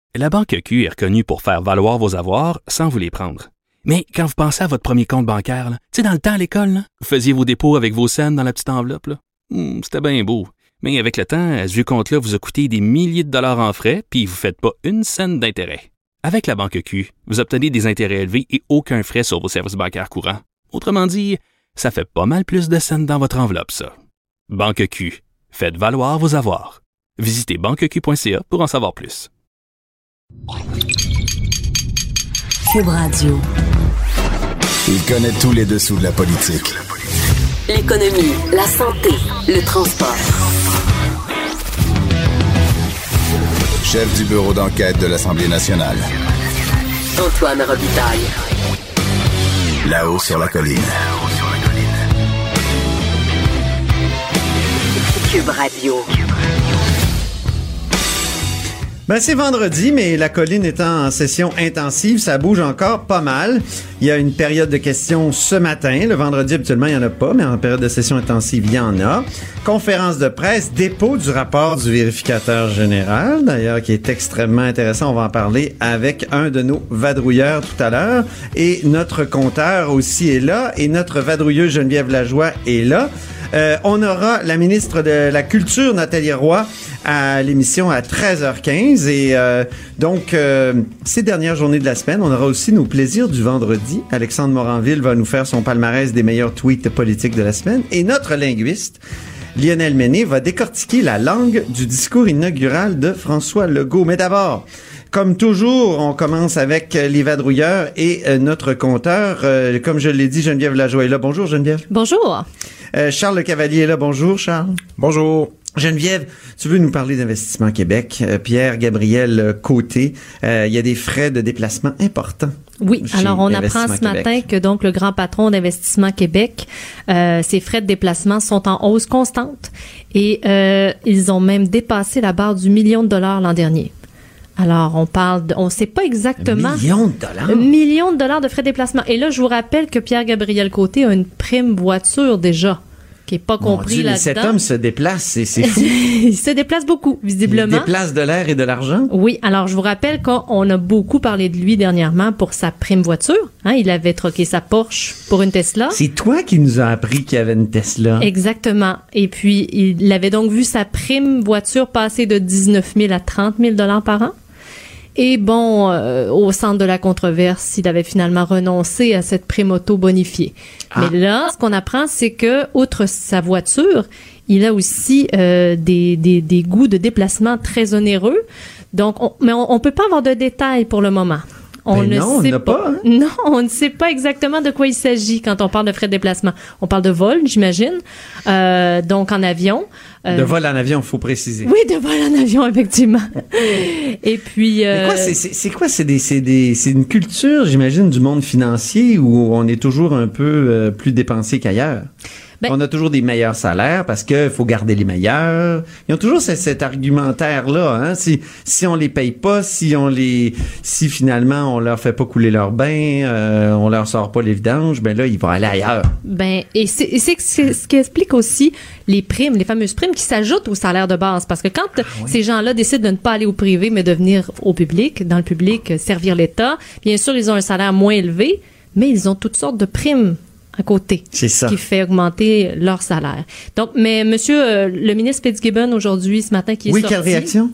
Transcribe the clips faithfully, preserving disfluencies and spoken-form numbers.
La Banque Q est reconnue pour faire valoir vos avoirs sans vous les prendre. Mais quand vous pensez à votre premier compte bancaire, tu sais, dans le temps à l'école, là, vous faisiez vos dépôts avec vos scènes dans la petite enveloppe. Là. Hum, c'était bien beau. Mais avec le temps, ce vieux compte-là vous a coûté des milliers de dollars en frais, puis vous ne faites pas une scène d'intérêt. Avec la Banque Q, vous obtenez des intérêts élevés et aucun frais sur vos services bancaires courants. Autrement dit, ça fait pas mal plus de scènes dans votre enveloppe, ça. Banque Q. Faites valoir vos avoirs. Visitez banque q point c a pour en savoir plus. Cube Radio. Il connaît tous les dessous de la politique. L'économie, la santé, le transport. Chef du bureau d'enquête de l'Assemblée nationale. Antoine Robitaille. Là-haut sur la colline. Cube Radio. Ben, c'est vendredi, mais la colline étant en session intensive, ça bouge encore pas mal. Il y a une période de questions ce matin. Le vendredi, habituellement, il n'y en a pas, mais en période de session intensive, il y en a. Conférence de presse, dépôt du rapport du vérificateur général, d'ailleurs, qui est extrêmement intéressant. On va en parler avec un de nos vadrouilleurs tout à l'heure. Et notre compteur aussi est là, et notre vadrouilleuse Geneviève Lajoie est là. Euh, on aura la ministre de la Culture, Nathalie Roy, à l'émission à treize heures quinze. Et euh, donc, euh, ces dernières journées de la semaine, on aura aussi nos plaisirs du vendredi. Alexandre Moranville va nous faire son palmarès des meilleurs tweets politiques de la semaine. Et notre linguiste, Lionel Méné, va décortiquer la langue du discours inaugural de François Legault. Mais d'abord, comme toujours, on commence avec les vadrouilleurs et euh, notre compteur. Euh, comme je l'ai dit, Geneviève Lajoie est là. Bonjour, Geneviève. Bonjour. Euh, Charles Le Cavalier est là. Bonjour, Charles. Bonjour. Geneviève, tu veux nous parler d'Investissement Québec. Euh, Pierre-Gabriel Côté, euh, il y a des frais de déplacement importants. Oui, alors on apprend ce Québec. matin que donc le grand patron d'Investissement Québec, euh, ses frais de déplacement sont en hausse constante et euh, ils ont même dépassé la barre du million de dollars l'an dernier. Alors, on parle de, on ne sait pas exactement. Un million de dollars? Un million de dollars de frais de déplacement. Et là, je vous rappelle que Pierre-Gabriel Côté a une prime voiture déjà, qui n'est pas Mon compris Dieu, là-dedans. Cet homme se déplace, c'est, c'est fou. Il se déplace beaucoup, visiblement. Il déplace de l'air et de l'argent? Oui, alors je vous rappelle qu'on a beaucoup parlé de lui dernièrement pour sa prime voiture. Hein, il avait troqué sa Porsche pour une Tesla. C'est toi qui nous as appris qu'il y avait une Tesla. Exactement. Et puis, il avait donc vu sa prime voiture passer de dix-neuf mille à trente mille dollars par an. Et bon, euh, au centre de la controverse, il avait finalement renoncé à cette prime auto bonifiée. Ah. Mais là, ce qu'on apprend, c'est que, outre sa voiture, il a aussi euh, des, des, des goûts de déplacement très onéreux. Donc, on, mais on, on peut pas avoir de détails pour le moment. On ben ne non, sait on pas. pas hein? Non, on ne sait pas exactement de quoi il s'agit quand on parle de frais de déplacement. On parle de vol, j'imagine. Euh, donc en avion. Euh, de vol en avion, faut préciser. Oui, de vol en avion, effectivement. Et puis. Euh, Mais quoi, c'est, c'est, c'est quoi, c'est des, c'est des, c'est une culture, j'imagine, du monde financier où on est toujours un peu euh, plus dépensé qu'ailleurs. Ben, on a toujours des meilleurs salaires parce que faut garder les meilleurs. Ils ont toujours cet, cet argumentaire-là, hein. Si, si on les paye pas, si on les, si finalement on leur fait pas couler leur bain, euh, on leur sort pas les vidanges, ben là, ils vont aller ailleurs. Ben, et c'est, c'est, c'est ce qui explique aussi les primes, les fameuses primes qui s'ajoutent au salaire de base. Parce que quand ah, oui. ces gens-là décident de ne pas aller au privé, mais de venir au public, dans le public, servir l'État, bien sûr, ils ont un salaire moins élevé, mais ils ont toutes sortes de primes à côté. C'est ça. Qui fait augmenter leur salaire. Donc, mais monsieur, euh, le ministre Fitzgibbon, aujourd'hui, ce matin, qui est oui, sorti. Oui, quelle réaction?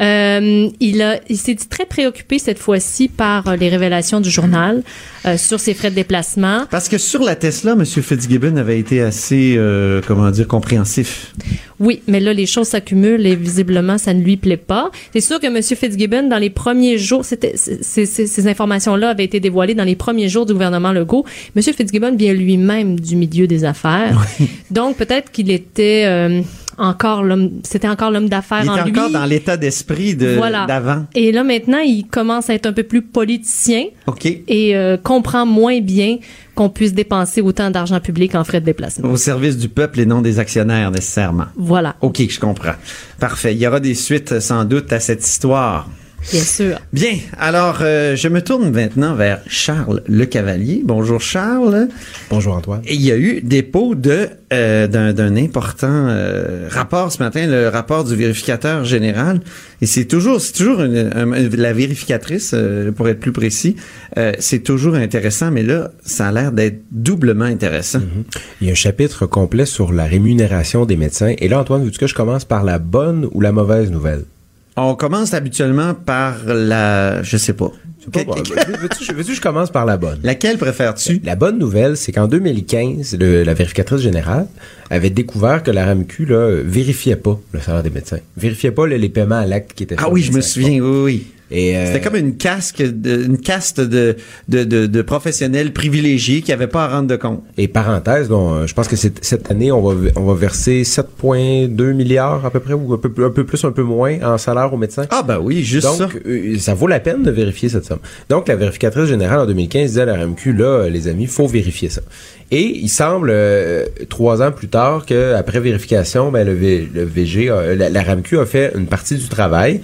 Euh, il a, il s'est dit très préoccupé cette fois-ci par euh, les révélations du journal euh, sur ses frais de déplacement. Parce que sur la Tesla, monsieur Fitzgibbon avait été assez, euh, comment dire, compréhensif. Oui, mais là, les choses s'accumulent et visiblement, ça ne lui plaît pas. C'est sûr que monsieur Fitzgibbon, dans les premiers jours, c'était, c- c- c- ces informations-là avaient été dévoilées dans les premiers jours du gouvernement Legault. Monsieur Fitzgibbon vient lui-même du milieu des affaires. Oui. Donc, peut-être qu'il était... Euh, encore l'homme, c'était encore l'homme d'affaires en lui. Il était encore dans l'état d'esprit de, voilà. d'avant. Et là, maintenant, il commence à être un peu plus politicien. OK. Et euh, comprend moins bien qu'on puisse dépenser autant d'argent public en frais de déplacement. Au service du peuple et non des actionnaires, nécessairement. Voilà. OK, je comprends. Parfait. Il y aura des suites, sans doute, à cette histoire. Bien sûr. Bien, alors euh, je me tourne maintenant vers Charles Lecavalier. Bonjour Charles. Bonjour Antoine. Et il y a eu dépôt de euh, d'un, d'un important euh, rapport ce matin, le rapport du vérificateur général. Et c'est toujours, c'est toujours une, un, la vérificatrice, euh, pour être plus précis, euh, c'est toujours intéressant, mais là, ça a l'air d'être doublement intéressant. Mm-hmm. Il y a un chapitre complet sur la rémunération des médecins. Et là, Antoine, veux-tu que je commence par la bonne ou la mauvaise nouvelle? On commence habituellement par la... Je sais pas. Pas bon. Veux-tu, veux-tu que je commence par la bonne? Laquelle préfères-tu? La bonne nouvelle, c'est qu'en deux mille quinze, le, la vérificatrice générale avait découvert que la R A M Q là, vérifiait pas le salaire des médecins. Vérifiait pas là, les paiements à l'acte qui étaient faits. Ah oui, je me souviens, oui, oui. Et euh, c'était comme une casque, de, une caste de, de, de, de professionnels privilégiés qui n'avaient pas à rendre de compte. Et parenthèse, donc, je pense que c'est, cette année, on va, on va verser sept virgule deux milliards à peu près, ou un peu, un peu plus, un peu moins en salaire aux médecins. Ah ben oui, juste donc, ça. Euh, ça vaut la peine de vérifier cette somme. Donc, la vérificatrice générale en deux mille quinze disait à la R A M Q, là, les amis, faut vérifier ça. Et il semble, euh, trois ans plus tard, qu'après vérification, ben, le, v, le V G, euh, la, la R A M Q a fait une partie du travail.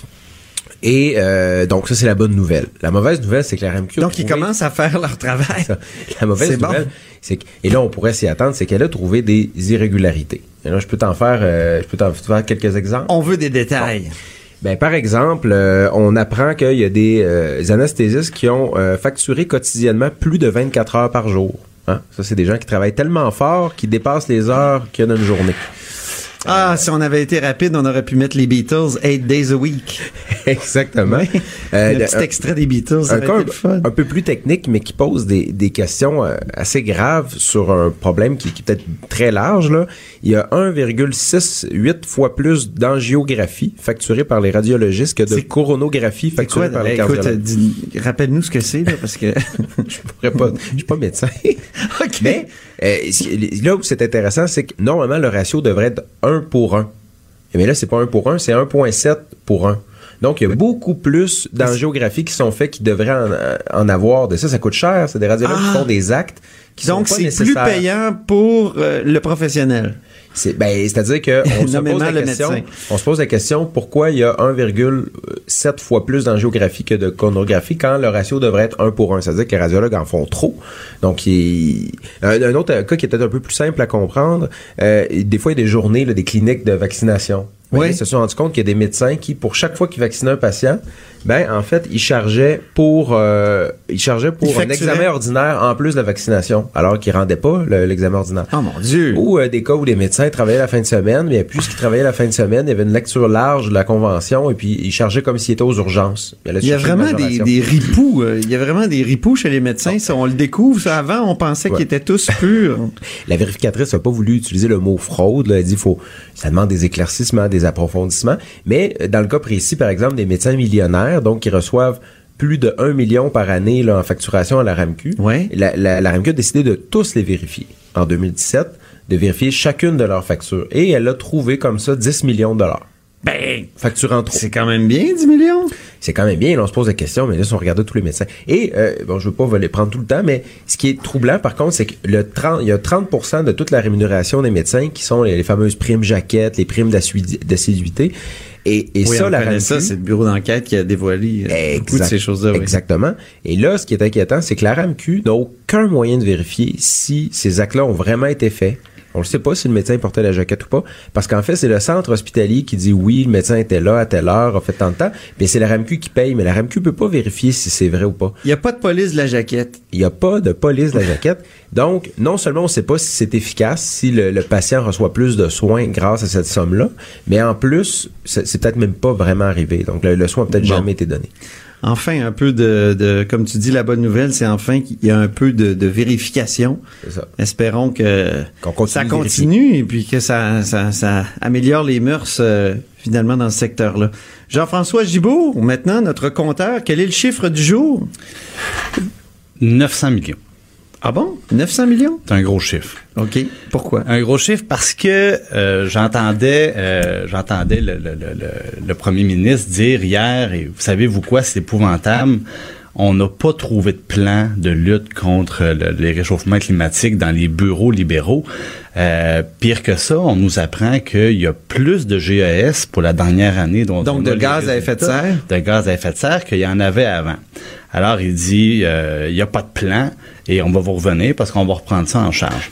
Et euh, donc, ça, c'est la bonne nouvelle. La mauvaise nouvelle, c'est que la R A M Q... Donc, ils commencent à faire leur travail. Ça. La mauvaise c'est nouvelle, bon. c'est que... Et là, on pourrait s'y attendre, c'est qu'elle a trouvé des irrégularités. Et là, je peux t'en faire, euh, je peux t'en faire quelques exemples. On veut des détails. Bon. Ben, par exemple, euh, on apprend qu'il y a des euh, anesthésistes qui ont euh, facturé quotidiennement plus de vingt-quatre heures par jour. Hein? Ça, c'est des gens qui travaillent tellement fort qu'ils dépassent les heures qu'il y a dans une journée. Ah, euh, si on avait été rapide, on aurait pu mettre les Beatles eight days a week. Exactement. Oui. Euh, le petit un, extrait des Beatles, ça un, cas un, un peu plus technique, mais qui pose des, des questions euh, assez graves sur un problème qui, qui est peut-être très large. Là. Il y a un virgule soixante-huit fois plus d'angiographie facturée par les radiologistes que de c'est, coronographie facturée quoi, par les cardiologues. Écoute, dis, rappelle-nous ce que c'est, là, parce que je pourrais pas, je suis pas médecin. OK. Mais euh, là où c'est intéressant, c'est que normalement le ratio devrait être un pour un. Mais là, c'est pas un pour un, c'est un virgule sept pour un. Donc, il y a beaucoup plus d'angiographies qui sont faites qui devraient en, en avoir. De ça, ça coûte cher. C'est des radiologues ah. qui font des actes qui Donc, sont pas c'est nécessaires. plus payant pour euh, le professionnel. C'est, ben, c'est-à-dire que on se pose la question, on se pose la question pourquoi il y a un virgule sept fois plus d'angiographie que de coronographie quand le ratio devrait être un pour un. C'est-à-dire que les radiologues en font trop. Donc, il, un, un autre cas qui est peut-être un peu plus simple à comprendre, euh, des fois, il y a des journées, là, des cliniques de vaccination. Oui. Ils se sont rendus compte qu'il y a des médecins qui, pour chaque fois qu'ils vaccinaient un patient, ben en fait, ils chargeaient pour euh, ils chargeaient pour un examen ordinaire en plus de la vaccination, alors qu'ils rendaient pas le, l'examen ordinaire. Oh mon Dieu! Ou euh, des cas où les médecins travaillaient la fin de semaine, mais plus qu'ils travaillaient la fin de semaine, il y avait une lecture large de la convention et puis ils chargeaient comme s'ils étaient aux urgences. Il y a vraiment des, des ripoux. Euh, il y a vraiment des ripoux chez les médecins. Ça, on le découvre. Ça, avant, on pensait ouais. qu'ils étaient tous purs. La vérificatrice n'a pas voulu utiliser le mot fraude. Là. Elle dit faut ça demande des éclaircissements, des approfondissements. Mais dans le cas précis, par exemple, des médecins millionnaires, donc qui reçoivent plus de un million par année là, en facturation à la R A M Q, ouais. la, la, la R A M Q a décidé de tous les vérifier en deux mille dix-sept, de vérifier chacune de leurs factures. Et elle a trouvé comme ça dix millions de dollars. Ben, facturant trop. C'est quand même bien, dix millions. C'est quand même bien. Là, on se pose la question, mais là, si on regardait tous les médecins. Et, euh, bon, je veux pas les prendre tout le temps, mais ce qui est troublant, par contre, c'est que le trente, il y a trente pour cent de toute la rémunération des médecins qui sont les, les fameuses primes jaquettes, les primes d'assiduité. Et, et oui, ça, on la R A M Q, ça, c'est le bureau d'enquête qui a dévoilé euh, beaucoup de ces choses-là. Oui. Exactement. Et là, ce qui est inquiétant, c'est que la R A M Q n'a aucun moyen de vérifier si ces actes-là ont vraiment été faits. On ne sait pas si le médecin portait la jaquette ou pas, parce qu'en fait, c'est le centre hospitalier qui dit oui, le médecin était là à telle heure, a fait tant de temps, puis c'est la R A M Q qui paye, mais la R A M Q peut pas vérifier si c'est vrai ou pas. Il n'y a pas de police de la jaquette. Il n'y a pas de police de la jaquette. Donc, non seulement on ne sait pas si c'est efficace, si le, le patient reçoit plus de soins grâce à cette somme-là, mais en plus, c'est, c'est peut-être même pas vraiment arrivé. Donc, le, le soin n'a peut-être bon. jamais été donné. Enfin, un peu de, de, comme tu dis, la bonne nouvelle, c'est enfin qu'il y a un peu de, de vérification. C'est ça. Espérons que Qu'on continue ça continue et puis que ça, ça, ça améliore les mœurs euh, finalement dans ce secteur-là. Jean-François Gibault, maintenant notre compteur, quel est le chiffre du jour? neuf cents millions. Ah bon? neuf cents millions? C'est un gros chiffre. OK. Pourquoi? Un gros chiffre parce que euh, j'entendais euh, j'entendais le, le, le, le premier ministre dire hier, et vous savez, vous quoi, c'est épouvantable, on n'a pas trouvé de plan de lutte contre le, les réchauffements climatiques dans les bureaux libéraux. Euh, pire que ça, on nous apprend qu'il y a plus de G E S pour la dernière année. Dont Donc, de gaz à effet de serre? De gaz à effet de serre qu'il y en avait avant. Alors, il dit, euh, il n'y a pas de plan et on va vous revenir parce qu'on va reprendre ça en charge.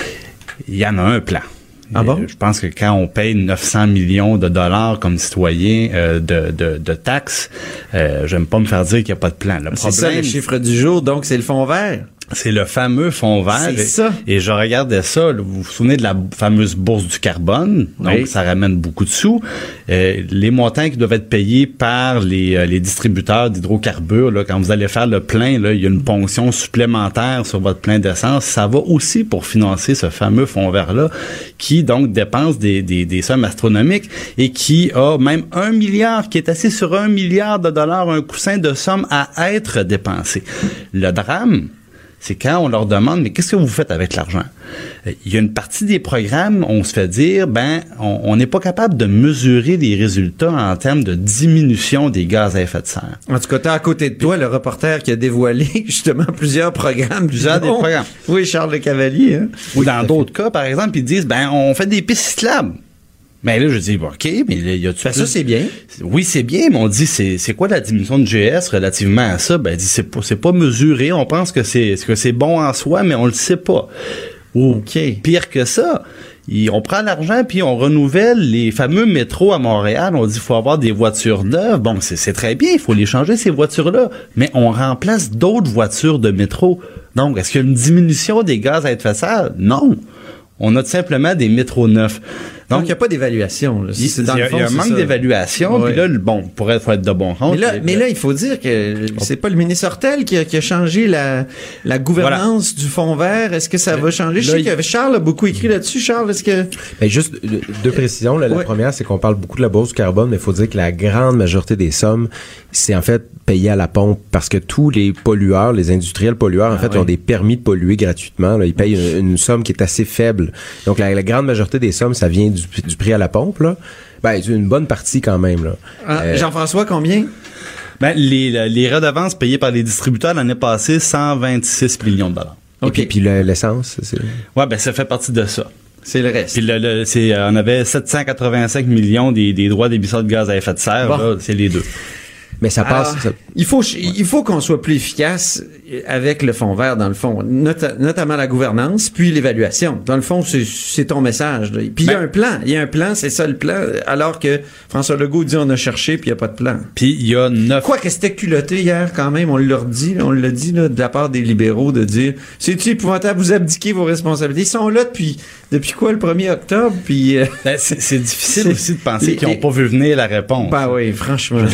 Il y en a un plan. Ah bon? Je pense que quand on paye neuf cents millions de dollars comme citoyen euh, de, de, de taxes, euh, j'aime pas me faire dire qu'il n'y a pas de plan. Le c'est problème, ça le chiffre du jour, donc c'est le fonds vert. C'est le fameux fonds vert. C'est et, ça. Et je regardais ça. Là, vous vous souvenez de la fameuse bourse du carbone? Donc, oui. Ça ramène beaucoup de sous. Euh, les montants qui doivent être payés par les, euh, les distributeurs d'hydrocarbures, là, quand vous allez faire le plein, là, il y a une ponction supplémentaire sur votre plein d'essence. Ça va aussi pour financer ce fameux fonds vert-là, qui donc dépense des, des, des sommes astronomiques et qui a même un milliard, qui est assis sur un milliard de dollars, un coussin de sommes à être dépensé. Le drame, c'est quand on leur demande, mais qu'est-ce que vous faites avec l'argent? Il y a une partie des programmes, on se fait dire, ben, on n'est pas capable de mesurer les résultats en termes de diminution des gaz à effet de serre. En tout cas, t'as à côté de toi le reporter qui a dévoilé justement plusieurs programmes. Plusieurs des programmes. Oui, Charles Le Cavalier. Hein? Ou dans d'autres cas, par exemple, ils disent, ben, on fait des pistes cyclables. Mais là, je dis, bon, OK, mais il y a tout ben, ça, c'est bien. Oui, c'est bien, mais on dit, c'est, c'est quoi la diminution de G S relativement à ça? Ben, dit, c'est pas, c'est pas mesuré. On pense que c'est, que c'est bon en soi, mais on le sait pas. Ou, OK. Pire que ça. Il, on prend l'argent puis on renouvelle les fameux métros à Montréal. On dit, il faut avoir des voitures neuves. Bon, c'est, c'est très bien. Il faut les changer, ces voitures-là. Mais on remplace d'autres voitures de métro. Donc, est-ce qu'il y a une diminution des gaz à effet de serre? Non. On a tout simplement des métros neufs. Donc, il n'y a pas d'évaluation. Là. Il, dans il, le fond, il y a un manque ça. d'évaluation. Oui. Puis là, bon, pour être, faut être de bon compte. Mais là, mais là, il faut dire que c'est pas le ministre Hortel qui a, qui a changé la, la gouvernance voilà. du fonds vert. Est-ce que ça va changer? Je sais il... que Charles a beaucoup écrit là-dessus. Charles, est-ce que... Ben juste deux précisions. Là. La oui. première, c'est qu'on parle beaucoup de la bourse du carbone, mais il faut dire que la grande majorité des sommes, c'est en fait payé à la pompe parce que tous les pollueurs, les industriels pollueurs, en ah, fait, oui. ont des permis de polluer gratuitement. Là. Ils payent une, une somme qui est assez faible. Donc, la, la grande majorité des sommes, ça vient du, du prix à la pompe, là. Ben, c'est une bonne partie quand même, là. Ah, euh, Jean-François, combien? Ben, les, les redevances payées par les distributeurs l'année passée, cent vingt-six millions de dollars. OK. Et puis, puis le, l'essence, c'est... Ouais, ben, ça fait partie de ça. C'est le reste. Puis le, le, c'est, on avait sept cent quatre-vingt-cinq millions des, des droits d'émission de gaz à effet de serre, bon. Là, c'est les deux. Mais ça passe. Alors, ça... Il faut, il faut qu'on soit plus efficace avec le fonds vert, dans le fond, Not- notamment la gouvernance, puis l'évaluation. Dans le fond, c'est, c'est ton message. Là. Puis il ben, y a un plan. Il y a un plan, c'est ça le plan. Alors que François Legault dit on a cherché, puis il n'y a pas de plan. Puis il y a neuf. Quoi que c'était culotté hier, quand même, on leur dit, on l'a dit là, de la part des libéraux, de dire c'est-tu épouvantable, vous abdiquez vos responsabilités. Ils sont là depuis, depuis quoi, le premier octobre? Puis, euh, ben, c'est, c'est difficile c'est, aussi de penser les, qu'ils n'ont pas vu venir la réponse. Ben oui, franchement.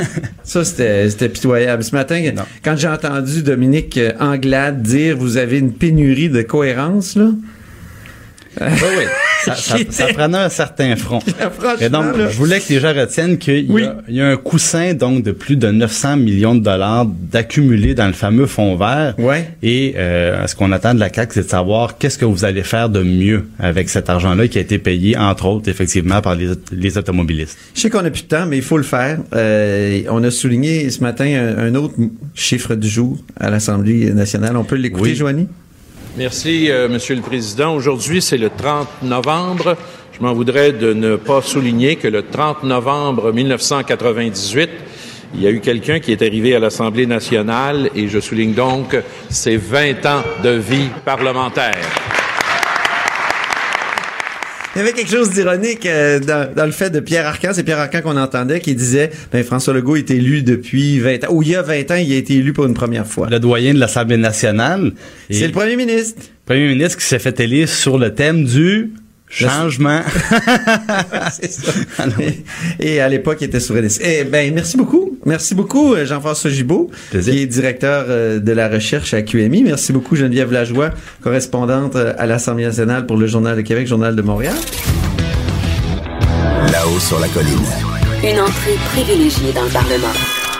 Ça, c'était, c'était pitoyable. Ce matin, non. quand j'ai entendu Dominique Anglade dire « Vous avez une pénurie de cohérence », là... Oui, oui. Ça, ça, ça prenait un certain front. Et donc, là. je voulais que les gens retiennent qu'il oui. y, a, il y a un coussin donc de plus de neuf cents millions de dollars d'accumulés dans le fameux fonds vert. Ouais. Et euh, ce qu'on attend de la C A Q, c'est de savoir qu'est-ce que vous allez faire de mieux avec cet argent-là qui a été payé, entre autres, effectivement, par les, les automobilistes. Je sais qu'on n'a plus de temps, mais il faut le faire. Euh, on a souligné ce matin un, un autre chiffre du jour à l'Assemblée nationale. On peut l'écouter, oui. Joanie? Merci, euh, Monsieur le Président. Aujourd'hui, c'est le trente novembre. Je m'en voudrais de ne pas souligner que le trente novembre mille neuf cent quatre-vingt-dix-huit, il y a eu quelqu'un qui est arrivé à l'Assemblée nationale et je souligne donc ses vingt ans de vie parlementaire. Il y avait quelque chose d'ironique euh, dans, dans le fait de Pierre Arcan. C'est Pierre Arcan qu'on entendait qui disait ben François Legault est élu depuis vingt ans. Ou il y a vingt ans, il a été élu pour une première fois. Le doyen de l'Assemblée nationale. C'est le premier ministre. Le premier ministre qui s'est fait élire sur le thème du changement. C'est ça. Alors, et, et à l'époque, il était souverainiste. Eh ben, merci beaucoup. Merci beaucoup, Jean-François Gibault, Plaisir. Qui est directeur euh, de la recherche à Q M I. Merci beaucoup, Geneviève Lajoie, correspondante à l'Assemblée nationale pour le Journal de Québec, Journal de Montréal. Là-haut sur la colline. Une entrée privilégiée dans le Parlement.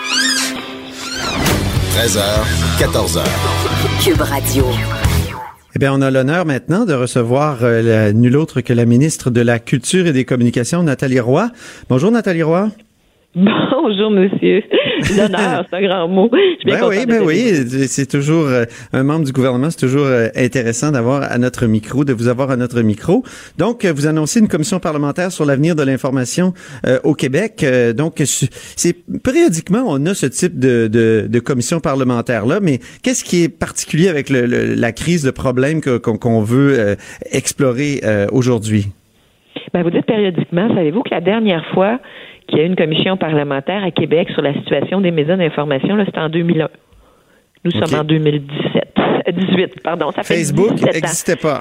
treize heures, quatorze heures. Cube Radio. Eh bien, on a l'honneur maintenant de recevoir euh, la, nul autre que la ministre de la Culture et des Communications, Nathalie Roy. Bonjour, Nathalie Roy. Bonjour, monsieur. L'honneur, c'est un grand mot. Ben oui, ben oui. C'est toujours euh, un membre du gouvernement, c'est toujours euh, intéressant d'avoir à notre micro, de vous avoir à notre micro. Donc, euh, vous annoncez une commission parlementaire sur l'avenir de l'information euh, au Québec. Euh, donc, c'est périodiquement, on a ce type de, de, de commission parlementaire-là, mais qu'est-ce qui est particulier avec le, le, la crise, le problème que, qu'on, qu'on veut euh, explorer euh, aujourd'hui? Ben, vous dites périodiquement. Savez-vous que la dernière fois qu'il y a eu une commission parlementaire à Québec sur la situation des médias d'information, là, c'était en deux mille un. Nous okay. sommes en deux mille dix-sept. dix-huit, pardon. Ça fait Facebook n'existait pas.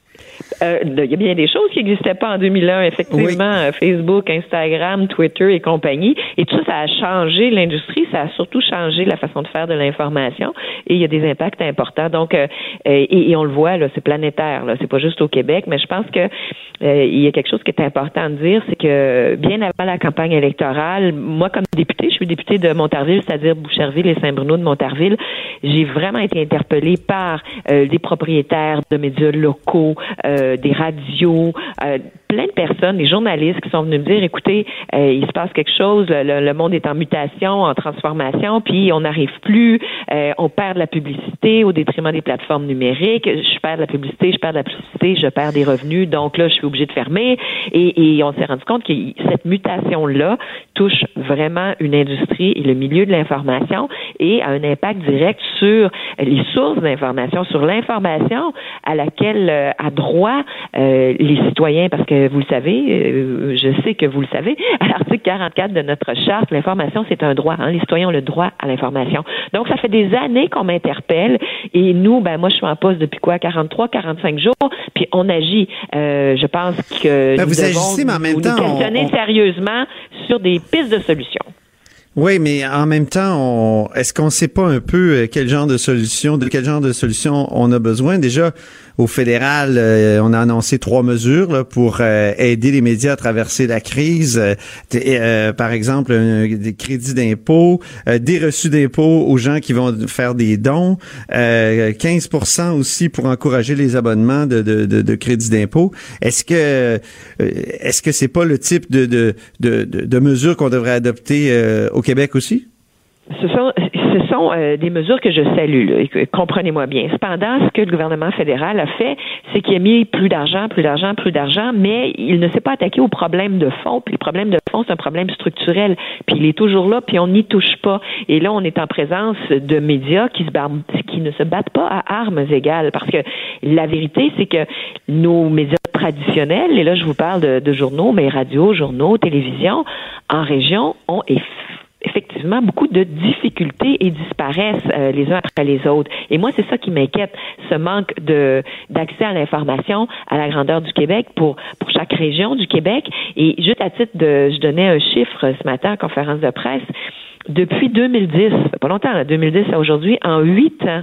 Euh, il y a bien des choses qui n'existaient pas en deux mille un, effectivement, oui. Facebook, Instagram, Twitter et compagnie. Et tout ça, ça a changé l'industrie, ça a surtout changé la façon de faire de l'information et il y a des impacts importants. Donc, euh, et, et on le voit, là, c'est planétaire, là, c'est pas juste au Québec, mais je pense que euh, il y a quelque chose qui est important de dire, c'est que bien avant la campagne électorale, moi, comme députée, je suis députée de Montarville, c'est-à-dire Boucherville et Saint-Bruno de Montarville, j'ai vraiment été interpellée par euh, des propriétaires de médias locaux, euh, des radios, euh, plein de personnes, des journalistes qui sont venus me dire, écoutez, euh, il se passe quelque chose, le, le monde est en mutation, en transformation, puis on n'arrive plus, euh, on perd de la publicité au détriment des plateformes numériques, je perds de la publicité, je perds de la publicité, je perds des revenus, donc là, je suis obligée de fermer. Et, et on s'est rendu compte que cette mutation-là touche vraiment une industrie et le milieu de l'information et a un impact direct sur les sources d'information, sur l'information à laquelle euh, a droit euh, les citoyens, parce que vous le savez, euh, je sais que vous le savez, à l'article quarante-quatre de notre charte, l'information, c'est un droit. Hein, les citoyens ont le droit à l'information. Donc, ça fait des années qu'on m'interpelle et nous, ben moi, je suis en poste depuis quoi, quarante-trois, quarante-cinq jours, puis on agit. Euh, je pense que ben, nous vous devons agissez, mais en même nous, temps, nous questionner on, on... sérieusement sur des pistes de solutions. Oui, mais en même temps, on, est-ce qu'on ne sait pas un peu quel genre de solution, de quel genre de solution on a besoin? Déjà, au fédéral, euh, on a annoncé trois mesures là, pour euh, aider les médias à traverser la crise. Euh, euh, par exemple, un, des crédits d'impôt, euh, des reçus d'impôt aux gens qui vont faire des dons, euh, quinze pour cent aussi pour encourager les abonnements de, de, de, de crédits d'impôt. Est-ce que euh, est-ce que c'est pas le type de de de, de, de mesures qu'on devrait adopter euh, au Québec aussi? Ce sont, ce sont euh, des mesures que je salue, là, comprenez-moi bien. Cependant, ce que le gouvernement fédéral a fait, c'est qu'il a mis plus d'argent, plus d'argent, plus d'argent, mais il ne s'est pas attaqué au problème de fond. Puis le problème de fond, c'est un problème structurel. Puis il est toujours là, puis on n'y touche pas. Et là, on est en présence de médias qui, se battent, qui ne se battent pas à armes égales. Parce que la vérité, c'est que nos médias traditionnels, et là, je vous parle de, de journaux, mais radio, journaux, télévision, en région, ont effectivement beaucoup de difficultés et disparaissent euh, les uns après les autres. Et moi, c'est ça qui m'inquiète, ce manque de d'accès à l'information à la grandeur du Québec pour pour chaque région du Québec. Et juste à titre de, je donnais un chiffre ce matin en conférence de presse, depuis deux mille dix, ça fait pas longtemps, là, deux mille dix à aujourd'hui, en huit ans,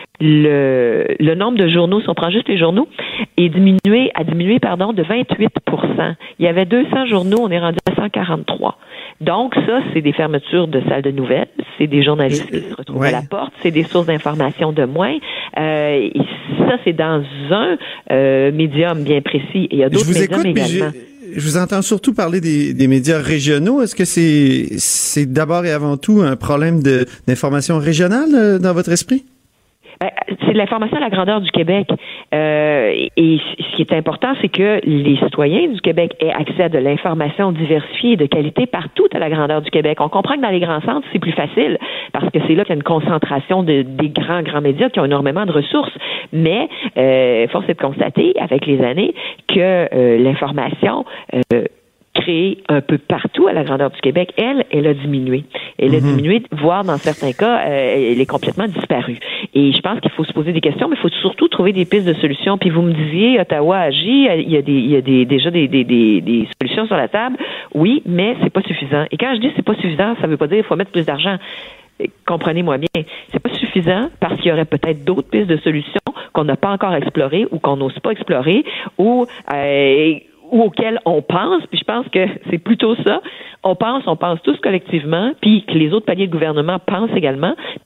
le, le nombre de journaux, si on prend juste les journaux, est diminué, a diminué, pardon, de vingt-huit pour cent. Il y avait deux cents journaux, on est rendu à cent quarante-trois. Donc, ça, c'est des fermetures de salles de nouvelles, c'est des journalistes qui se retrouvent ouais. à la porte, c'est des sources d'information de moins. Euh, et ça, c'est dans un euh, médium bien précis. Et il y a d'autres médiums également. Je vous entends surtout parler des, des médias régionaux. Est-ce que c'est c'est d'abord et avant tout un problème de d'information régionale dans votre esprit? C'est de l'information à la grandeur du Québec. Euh, et ce qui est important, c'est que les citoyens du Québec aient accès à de l'information diversifiée et de qualité partout à la grandeur du Québec. On comprend que dans les grands centres, c'est plus facile parce que c'est là qu'il y a une concentration de, des grands, grands médias qui ont énormément de ressources. Mais euh, force est de constater, avec les années, que euh, l'information euh, créée un peu partout à la grandeur du Québec, elle, elle a diminué. Elle mm-hmm. a diminué, voire dans certains cas, euh, elle est complètement disparue. Et je pense qu'il faut se poser des questions, mais il faut surtout trouver des pistes de solutions. Puis vous me disiez, Ottawa agit, il y a, des, il y a des, déjà des, des, des, des solutions sur la table. Oui, mais c'est pas suffisant. Et quand je dis c'est pas suffisant, ça veut pas dire qu'il faut mettre plus d'argent. Comprenez-moi bien, c'est pas suffisant parce qu'il y aurait peut-être d'autres pistes de solutions qu'on n'a pas encore explorées ou qu'on n'ose pas explorer ou euh, ou auxquels on pense, puis je pense que c'est plutôt ça. On pense, on pense tous collectivement, puis que les autres paliers de gouvernement pensent également,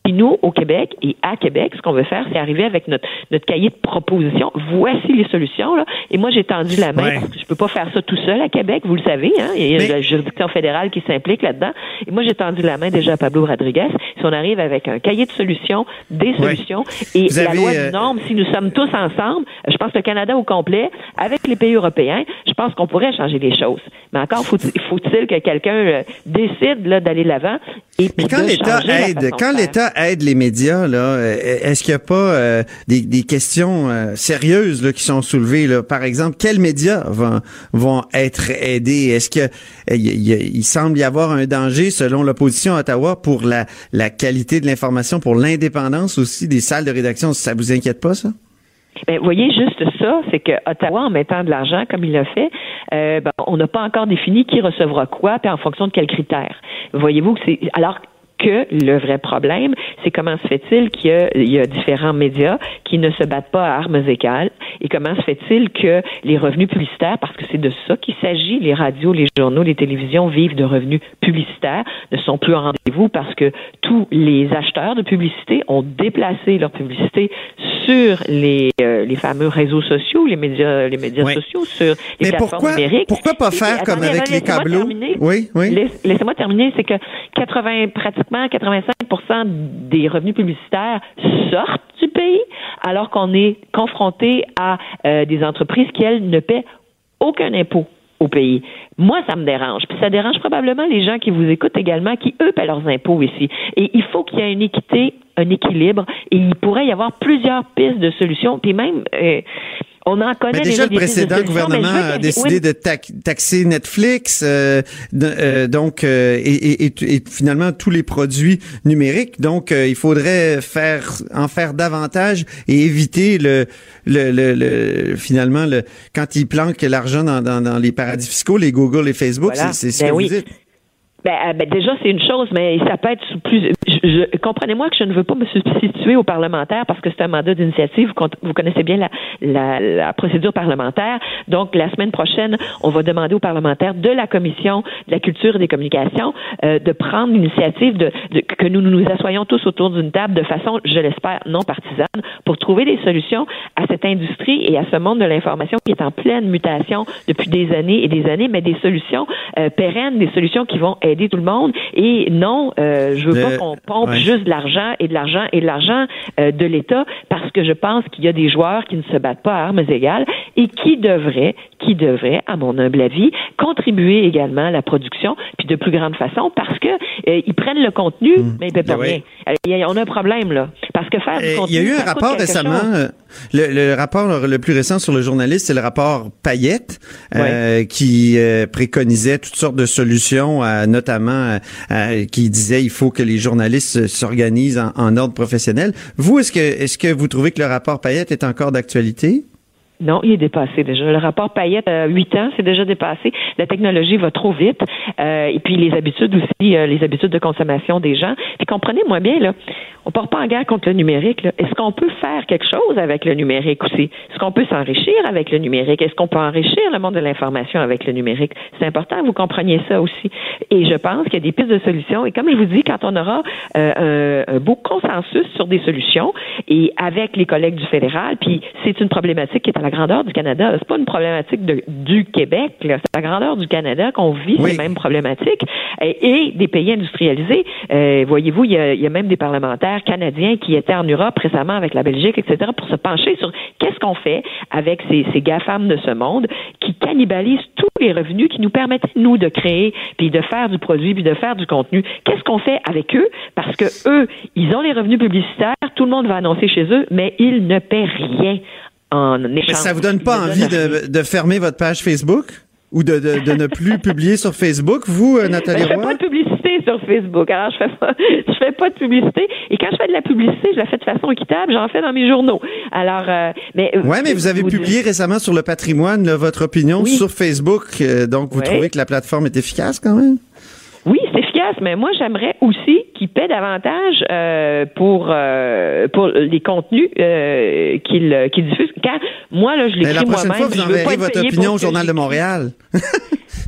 Puis nous, au Québec et à Québec, ce qu'on veut faire, c'est arriver avec notre, notre cahier de propositions. Voici les solutions, là. Et moi, j'ai tendu la main, ouais. parce que je peux pas faire ça tout seul à Québec, vous le savez, hein. Il y a Mais... la juridiction fédérale qui s'implique là-dedans. Et moi, j'ai tendu la main déjà à Pablo Rodriguez. Si on arrive avec un cahier de solutions, des solutions, ouais. et vous la avez, loi euh... du nombre, si nous sommes tous ensemble, je pense que le Canada au complet, avec les pays européens, je pense qu'on pourrait changer les choses. Mais encore, faut-il, faut-il que quelqu'un euh, décide là, d'aller de l'avant. Et Mais quand l'État aide, quand l'État aide les médias, là, est-ce qu'il n'y a pas euh, des, des questions euh, sérieuses là, qui sont soulevées là? Par exemple, quels médias vont, vont être aidés? Est-ce que il, il, il semble y avoir un danger, selon l'opposition à Ottawa, pour la, la qualité de l'information, pour l'indépendance aussi des salles de rédaction? Ça vous inquiète pas, ça? Ben, voyez, juste ça, c'est que Ottawa, en mettant de l'argent comme il l'a fait, euh, ben, on n'a pas encore défini qui recevra quoi, puis en fonction de quels critères. Voyez-vous que c'est alors que le vrai problème, c'est comment se fait-il qu'il y a, il y a différents médias qui ne se battent pas à armes égales, et comment se fait-il que les revenus publicitaires, parce que c'est de ça qu'il s'agit, les radios, les journaux, les télévisions vivent de revenus publicitaires, ne sont plus en rendez-vous parce que tous les acheteurs de publicité ont déplacé leur publicité sur les euh, les fameux réseaux sociaux, les médias les médias oui. sociaux, sur les Mais plateformes pourquoi, numériques. Pourquoi pas faire et, comme attendez, avec les câbleaux? Oui, oui. Laisse, laissez-moi terminer, c'est que quatre-vingts pratiquement quatre-vingt-cinq pour cent des revenus publicitaires sortent du pays, alors qu'on est confronté à euh, des entreprises qui, elles, ne paient aucun impôt au pays. Moi, ça me dérange. Puis ça dérange probablement les gens qui vous écoutent également, qui, eux, paient leurs impôts ici. Et il faut qu'il y ait une équité, un équilibre, et il pourrait y avoir plusieurs pistes de solutions. Puis même... Euh, On en connaît. Mais déjà, le précédent gouvernement a décidé oui. de taxer Netflix, euh, de, euh, donc euh, et, et, et finalement tous les produits numériques. Donc, euh, il faudrait faire en faire davantage et éviter le, le, le, le finalement le quand ils planquent l'argent dans, dans, dans les paradis fiscaux, les Google et Facebook. Voilà. C'est, c'est ce ben que oui. vous dites. Ben, ben déjà c'est une chose, mais ça peut être sous plus. Je, je, comprenez-moi que je ne veux pas me substituer aux parlementaires parce que c'est un mandat d'initiative. Vous, vous connaissez bien la, la, la procédure parlementaire. Donc la semaine prochaine, on va demander aux parlementaires de la commission de la culture et des communications euh, de prendre l'initiative de, de que nous nous assoyons tous autour d'une table de façon, je l'espère, non partisane, pour trouver des solutions à cette industrie et à ce monde de l'information qui est en pleine mutation depuis des années et des années, mais des solutions euh, pérennes, des solutions qui vont aider tout le monde. Et non, euh, je veux le, pas qu'on pompe ouais. juste de l'argent et de l'argent et de l'argent euh, de l'État, parce que je pense qu'il y a des joueurs qui ne se battent pas à armes égales et qui devraient, qui devraient, à mon humble avis, contribuer également à la production, puis de plus grande façon, parce que euh, ils prennent le contenu, mmh. mais ils ne paient pas rien. Oui. On a un problème, là. Parce que faire du contenu, il y a eu un rapport récemment, euh, le, le rapport le plus récent sur le journaliste, c'est le rapport Payette, euh, ouais. qui euh, préconisait toutes sortes de solutions, à, notamment euh, qui disait il faut que les journalistes s'organisent en, en ordre professionnel. Vous, est-ce que est-ce que vous trouvez que le rapport Payette est encore d'actualité? Non, il est dépassé déjà. Le rapport Payette, euh, huit ans, c'est déjà dépassé. La technologie va trop vite. Euh, et puis les habitudes aussi, euh, les habitudes de consommation des gens. Puis comprenez-moi bien, là, on part pas en guerre contre le numérique. Là. Est-ce qu'on peut faire quelque chose avec le numérique aussi? Est-ce qu'on peut s'enrichir avec le numérique? Est-ce qu'on peut enrichir le monde de l'information avec le numérique? C'est important que vous compreniez ça aussi. Et je pense qu'il y a des pistes de solutions. Et comme je vous dis, quand on aura euh, un, un beau consensus sur des solutions, et avec les collègues du fédéral, puis c'est une problématique qui est à la grandeur du Canada. C'est pas une problématique de, du Québec, là. C'est la grandeur du Canada qu'on vit oui. ces mêmes problématiques. Et, et des pays industrialisés. Euh, voyez-vous, il y, a, il y a même des parlementaires canadiens qui étaient en Europe récemment avec la Belgique, et cetera, pour se pencher sur qu'est-ce qu'on fait avec ces, ces GAFAM de ce monde qui cannibalisent tous les revenus qui nous permettent, nous, de créer, puis de faire du produit, puis de faire du contenu. Qu'est-ce qu'on fait avec eux? Parce que eux, ils ont les revenus publicitaires, tout le monde va annoncer chez eux, mais ils ne paient rien. En échange. Mais ça vous donne pas envie de, de fermer votre page Facebook ou de, de, de ne plus publier sur Facebook, vous, Nathalie Roy? Je fais pas de publicité sur Facebook. Alors, je fais pas, je fais pas de publicité. Et quand je fais de la publicité, je la fais de façon équitable. J'en fais dans mes journaux. Alors, euh, mais ouais, mais vous avez vous publié dire... récemment sur le patrimoine là, votre opinion oui. sur Facebook. Euh, donc, vous oui. trouvez que la plateforme est efficace quand même? Oui, c'est efficace, mais moi, j'aimerais aussi qu'ils paient davantage euh, pour euh, pour les contenus euh, qu'ils, qu'ils diffusent. Quand moi, là, je l'écris moi-même. La prochaine fois, vous enverrez votre opinion au Journal de Montréal.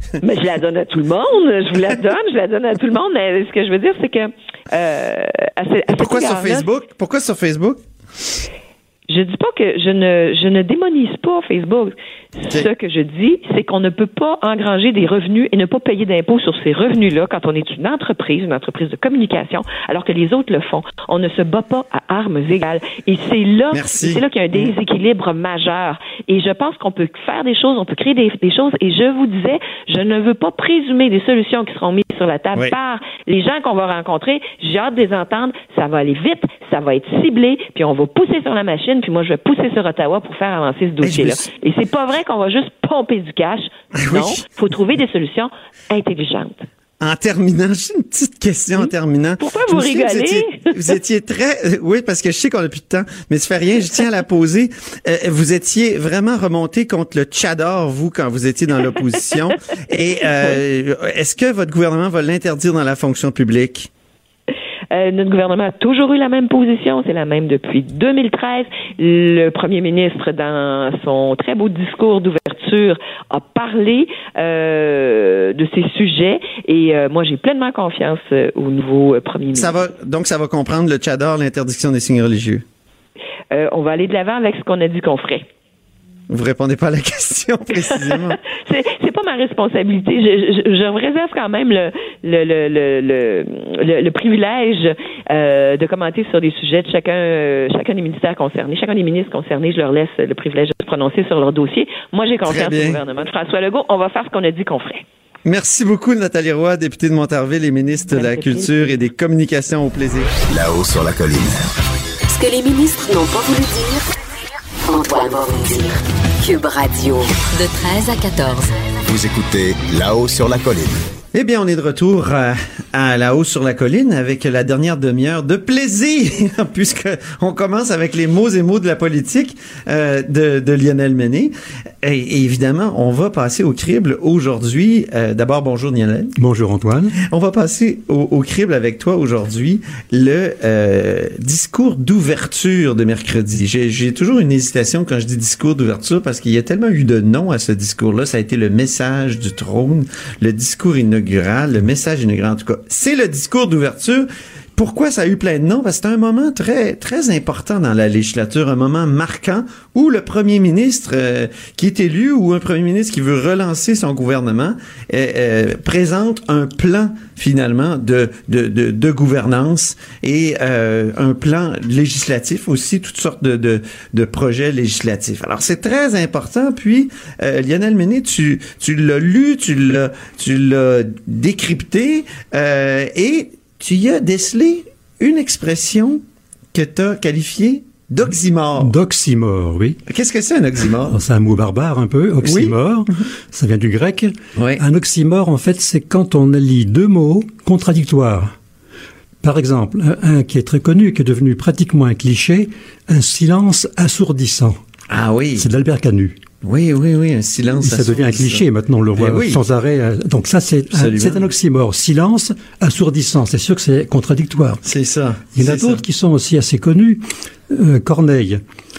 Mais je la donne à tout le monde. Je vous la donne, je la donne à tout le monde. Mais ce que je veux dire, c'est que... Euh, à ce, à Pourquoi sur Facebook? Pourquoi sur Facebook? Je dis pas que je ne je ne démonise pas Facebook. Okay. Ce que je dis, c'est qu'on ne peut pas engranger des revenus et ne pas payer d'impôts sur ces revenus-là quand on est une entreprise, une entreprise de communication, alors que les autres le font. On ne se bat pas à armes égales. Et c'est là, Merci. c'est là qu'il y a un déséquilibre majeur. Et je pense qu'on peut faire des choses, on peut créer des, des choses. Et je vous disais, je ne veux pas présumer des solutions qui seront mises sur la table oui. par les gens qu'on va rencontrer. J'ai hâte de les entendre. Ça va aller vite, ça va être ciblé, puis on va pousser sur la machine, puis moi je vais pousser sur Ottawa pour faire avancer ce dossier-là. Et c'est pas vrai qu'on va juste pomper du cash. Non, il faut trouver des solutions intelligentes. En terminant, j'ai une petite question en terminant. Pourquoi vous rigolez? Vous étiez, vous étiez très... Oui, parce que je sais qu'on n'a plus de temps, mais ça fait rien, je tiens à la poser. Euh, vous étiez vraiment remonté contre le tchador, vous, quand vous étiez dans l'opposition. Et euh, est-ce que votre gouvernement va l'interdire dans la fonction publique? Euh, notre gouvernement a toujours eu la même position, c'est la même depuis deux mille treize. Le premier ministre, dans son très beau discours d'ouverture, a parlé euh, de ces sujets et euh, moi j'ai pleinement confiance euh, au nouveau euh, premier ministre. Ça va, donc ça va comprendre le tchador, l'interdiction des signes religieux. Euh, on va aller de l'avant avec ce qu'on a dit qu'on ferait. Vous répondez pas à la question précisément. c'est, c'est pas ma responsabilité. Je, je, je réserve quand même le le le le le, le privilège euh, de commenter sur des sujets de chacun euh, chacun des ministères concernés, chacun des ministres concernés. Je leur laisse le privilège de se prononcer sur leur dossier. Moi, j'ai confiance au gouvernement de François Legault. On va faire ce qu'on a dit qu'on ferait. Merci beaucoup, Nathalie Roy, députée de Montarville et ministre de la Culture et des Communications. Au plaisir. Là-haut sur la colline. Ce que les ministres n'ont pas voulu dire, Antoine va vous dire. Cube Radio, de treize à quatorze. Vous écoutez Là-haut sur la colline. Eh bien, on est de retour à, à Là-haut sur la colline avec la dernière demi-heure de plaisir, puisque on commence avec les mots et mots de la politique euh, de, de Lionel Mené. Et, et évidemment, on va passer au crible aujourd'hui. Euh, d'abord, bonjour Lionel. Bonjour Antoine. On va passer au, au crible avec toi aujourd'hui le euh, discours d'ouverture de mercredi. J'ai, j'ai toujours une hésitation quand je dis discours d'ouverture parce qu'il y a tellement eu de noms à ce discours-là. Ça a été le message du trône, le discours inaugural. Le message inaugural, en tout cas. C'est le discours d'ouverture. Pourquoi ça a eu plein de noms? Parce que c'est un moment très très important dans la législature, un moment marquant où le premier ministre euh, qui est élu ou un premier ministre qui veut relancer son gouvernement euh, euh, présente un plan finalement de de de, de gouvernance et euh, un plan législatif aussi, toutes sortes de de, de projets législatifs. Alors c'est très important. Puis euh, Lionel Mené, tu tu l'as lu, tu l'as tu l'as décrypté euh, et tu y as décelé une expression que tu as qualifiée d'oxymore. D'oxymore, oui. Qu'est-ce que c'est un oxymore? Alors, c'est un mot barbare un peu, oxymore. Oui. Ça vient du grec. Oui. Un oxymore, en fait, c'est quand on lie deux mots contradictoires. Par exemple, un, un qui est très connu, qui est devenu pratiquement un cliché, un silence assourdissant. Ah oui. C'est d'Albert Camus. Oui, oui, oui, un silence. Ça devient un cliché maintenant, on le voit oui. sans arrêt. Donc ça, c'est un, c'est un oxymore. Silence assourdissant. C'est sûr que c'est contradictoire. C'est ça. Il y en a d'autres ça. qui sont aussi assez connus. Euh, Corneille.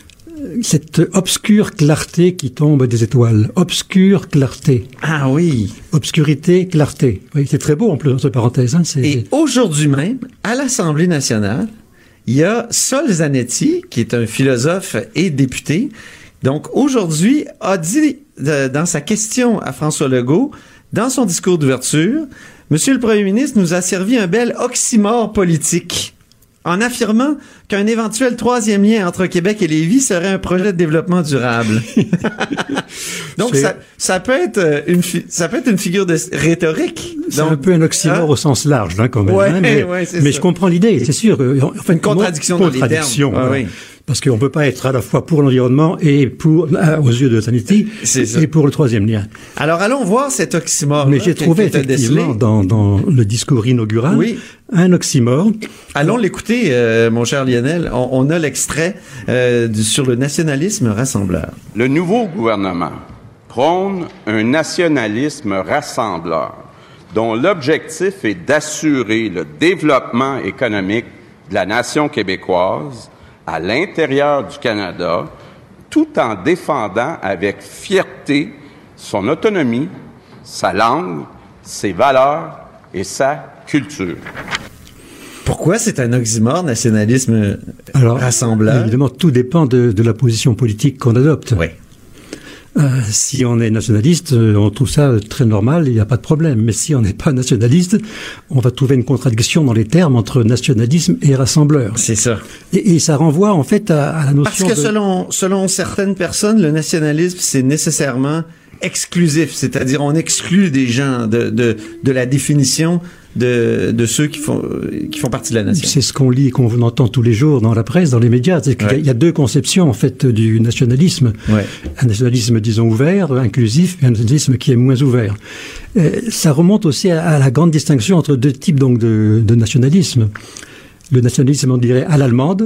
Cette obscure clarté qui tombe des étoiles. Obscure clarté. Ah oui. Obscurité, clarté. Oui, c'est très beau en plus, entre parenthèses. Hein, c'est... Et aujourd'hui même, à l'Assemblée nationale, il y a Sol Zanetti, qui est un philosophe et député. Donc, aujourd'hui, a dit, de, dans sa question à François Legault, dans son discours d'ouverture, Monsieur le Premier ministre nous a servi un bel oxymore politique, en affirmant qu'un éventuel troisième lien entre Québec et Lévis serait un projet de développement durable. Donc, ça, ça peut être une, ça peut être une figure de rhétorique. C'est Donc, un peu un oxymore hein? au sens large, hein, quand même. Ouais, hein, mais ouais, c'est mais ça. je comprends l'idée, c'est sûr. Enfin, une contradiction dans contradiction, les termes. Voilà. Ah, oui. Parce qu'on peut pas être à la fois pour l'environnement et pour, euh, aux yeux de Zanetti, et pour le troisième lien. Alors, allons voir cet oxymore. Mais j'ai trouvé effectivement dans, dans le discours inaugural oui. un oxymore. Allons l'écouter, euh, mon cher Lionel. On, on a l'extrait euh, du, sur le nationalisme rassembleur. Le nouveau gouvernement prône un nationalisme rassembleur dont l'objectif est d'assurer le développement économique de la nation québécoise à l'intérieur du Canada, tout en défendant avec fierté son autonomie, sa langue, ses valeurs et sa culture. Pourquoi c'est un oxymore, nationalisme Alors, rassembleur? Évidemment, tout dépend de, de la position politique qu'on adopte. Oui. Euh, si on est nationaliste, on trouve ça très normal, il n'y a pas de problème. Mais si on n'est pas nationaliste, on va trouver une contradiction dans les termes entre nationalisme et rassembleur. C'est ça. Et, et ça renvoie en fait à, à la notion Parce que de... selon, selon certaines personnes, le nationalisme, c'est nécessairement exclusif. C'est-à-dire, on exclut des gens de, de, de la définition de, de ceux qui font, qui font partie de la nation. C'est ce qu'on lit et qu'on entend tous les jours dans la presse, dans les médias. C'est qu'il y a, il y a deux conceptions, en fait, du nationalisme. Ouais. Un nationalisme, disons, ouvert, inclusif, et un nationalisme qui est moins ouvert. Euh, ça remonte aussi à, à la grande distinction entre deux types, donc, de, de nationalisme. Le nationalisme, on dirait, à l'allemande.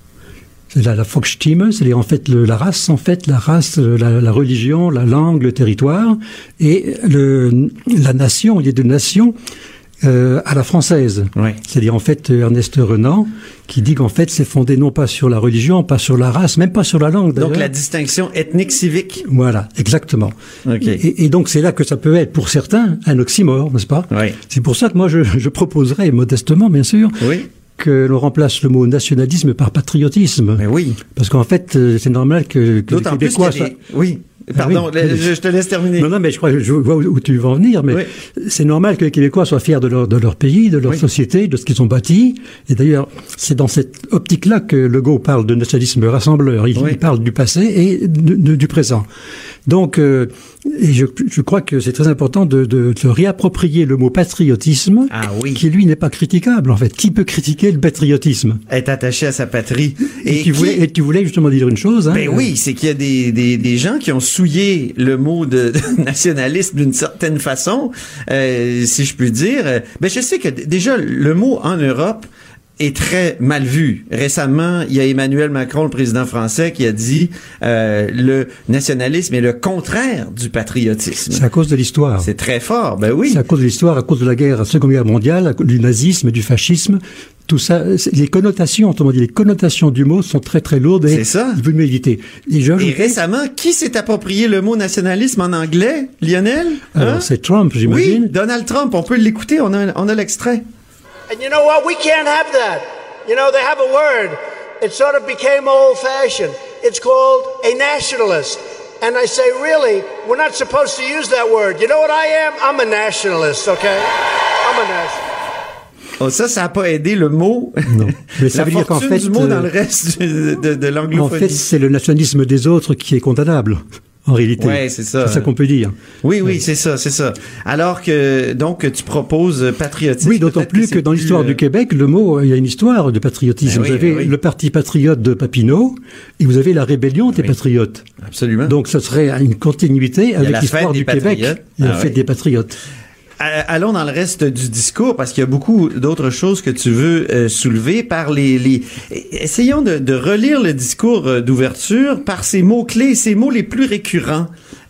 C'est la, la Volksstimme, c'est-à-dire en fait le, la race, en fait la race, la, la religion, la langue, le territoire, et le, la nation, il y a de nations euh, à la française. Ouais. C'est-à-dire en fait Ernest Renan qui dit qu'en fait c'est fondé non pas sur la religion, pas sur la race, même pas sur la langue. Donc la distinction ethnique-civique. Voilà, exactement. Okay. Et, et donc c'est là que ça peut être pour certains un oxymore, n'est-ce pas? Oui. C'est pour ça que moi je, je proposerais modestement, bien sûr. Oui. Que l'on remplace le mot nationalisme par patriotisme. Mais oui. Parce qu'en fait, c'est normal que, que les Québécois soient... Des... Oui. Pardon, ah oui. je, je te laisse terminer. Non, non, mais je crois que je vois où tu veux en venir, mais oui. C'est normal que les Québécois soient fiers de leur, de leur pays, de leur oui. société, de ce qu'ils ont bâti. Et d'ailleurs, c'est dans cette optique-là que Legault parle de nationalisme rassembleur. Il, oui. il parle du passé et de, de, du présent. Donc, euh, et je, je crois que c'est très important de, de, de réapproprier le mot patriotisme, ah, oui. qui lui n'est pas critiquable en fait. Qui peut critiquer le patriotisme? Être attaché à sa patrie. Et, et, tu, qui... voulais, et tu voulais justement dire une chose. Hein, ben euh... oui, c'est qu'il y a des, des, des gens qui ont souillé le mot de, de nationalisme d'une certaine façon, euh, si je puis dire. Ben je sais que d- déjà le mot en Europe est très mal vu. Récemment, il y a Emmanuel Macron, le président français, qui a dit euh, le nationalisme est le contraire du patriotisme. C'est à cause de l'histoire. C'est très fort, ben oui. C'est à cause de l'histoire, à cause de la guerre, la Seconde Guerre mondiale, du nazisme, du fascisme. Tout ça, les connotations, autrement dit, les connotations du mot sont très très lourdes. Et c'est ça. Il veut mieux éviter. Et, et récemment, qui s'est approprié le mot nationalisme en anglais, Lionel? Alors, hein? C'est Trump, j'imagine. Oui, Donald Trump. On peut l'écouter. On a, on a l'extrait. And you know what? We can't have that. You know, they have a word. It sort of became old-fashioned. It's called a nationalist. And I say, really, we're not supposed to use that word. You know what I am? I'm a nationalist, okay? I'm a nationalist. Oh, ça, ça n'a pas aidé le mot. Non. Mais ça la veut dire qu'en fait, du mot dans le reste de, de, de l'anglophonie. En fait, c'est le nationalisme des autres qui est condamnable. En réalité. Ouais, c'est ça. C'est ça qu'on peut dire. Oui, oui, c'est ça, c'est ça. Alors que, donc, tu proposes patriotisme. Oui, d'autant plus que, que dans l'histoire euh... du Québec, le mot, il y a une histoire de patriotisme. Ben oui, vous avez oui. le parti patriote de Papineau et vous avez la rébellion des oui. patriotes. Absolument. Donc, ce serait une continuité avec l'histoire du Québec et la ah, fête oui. des patriotes. Allons dans le reste du discours parce qu'il y a beaucoup d'autres choses que tu veux euh, soulever par les, les... Essayons de, de relire le discours euh, d'ouverture par ces mots-clés, ces mots les plus récurrents.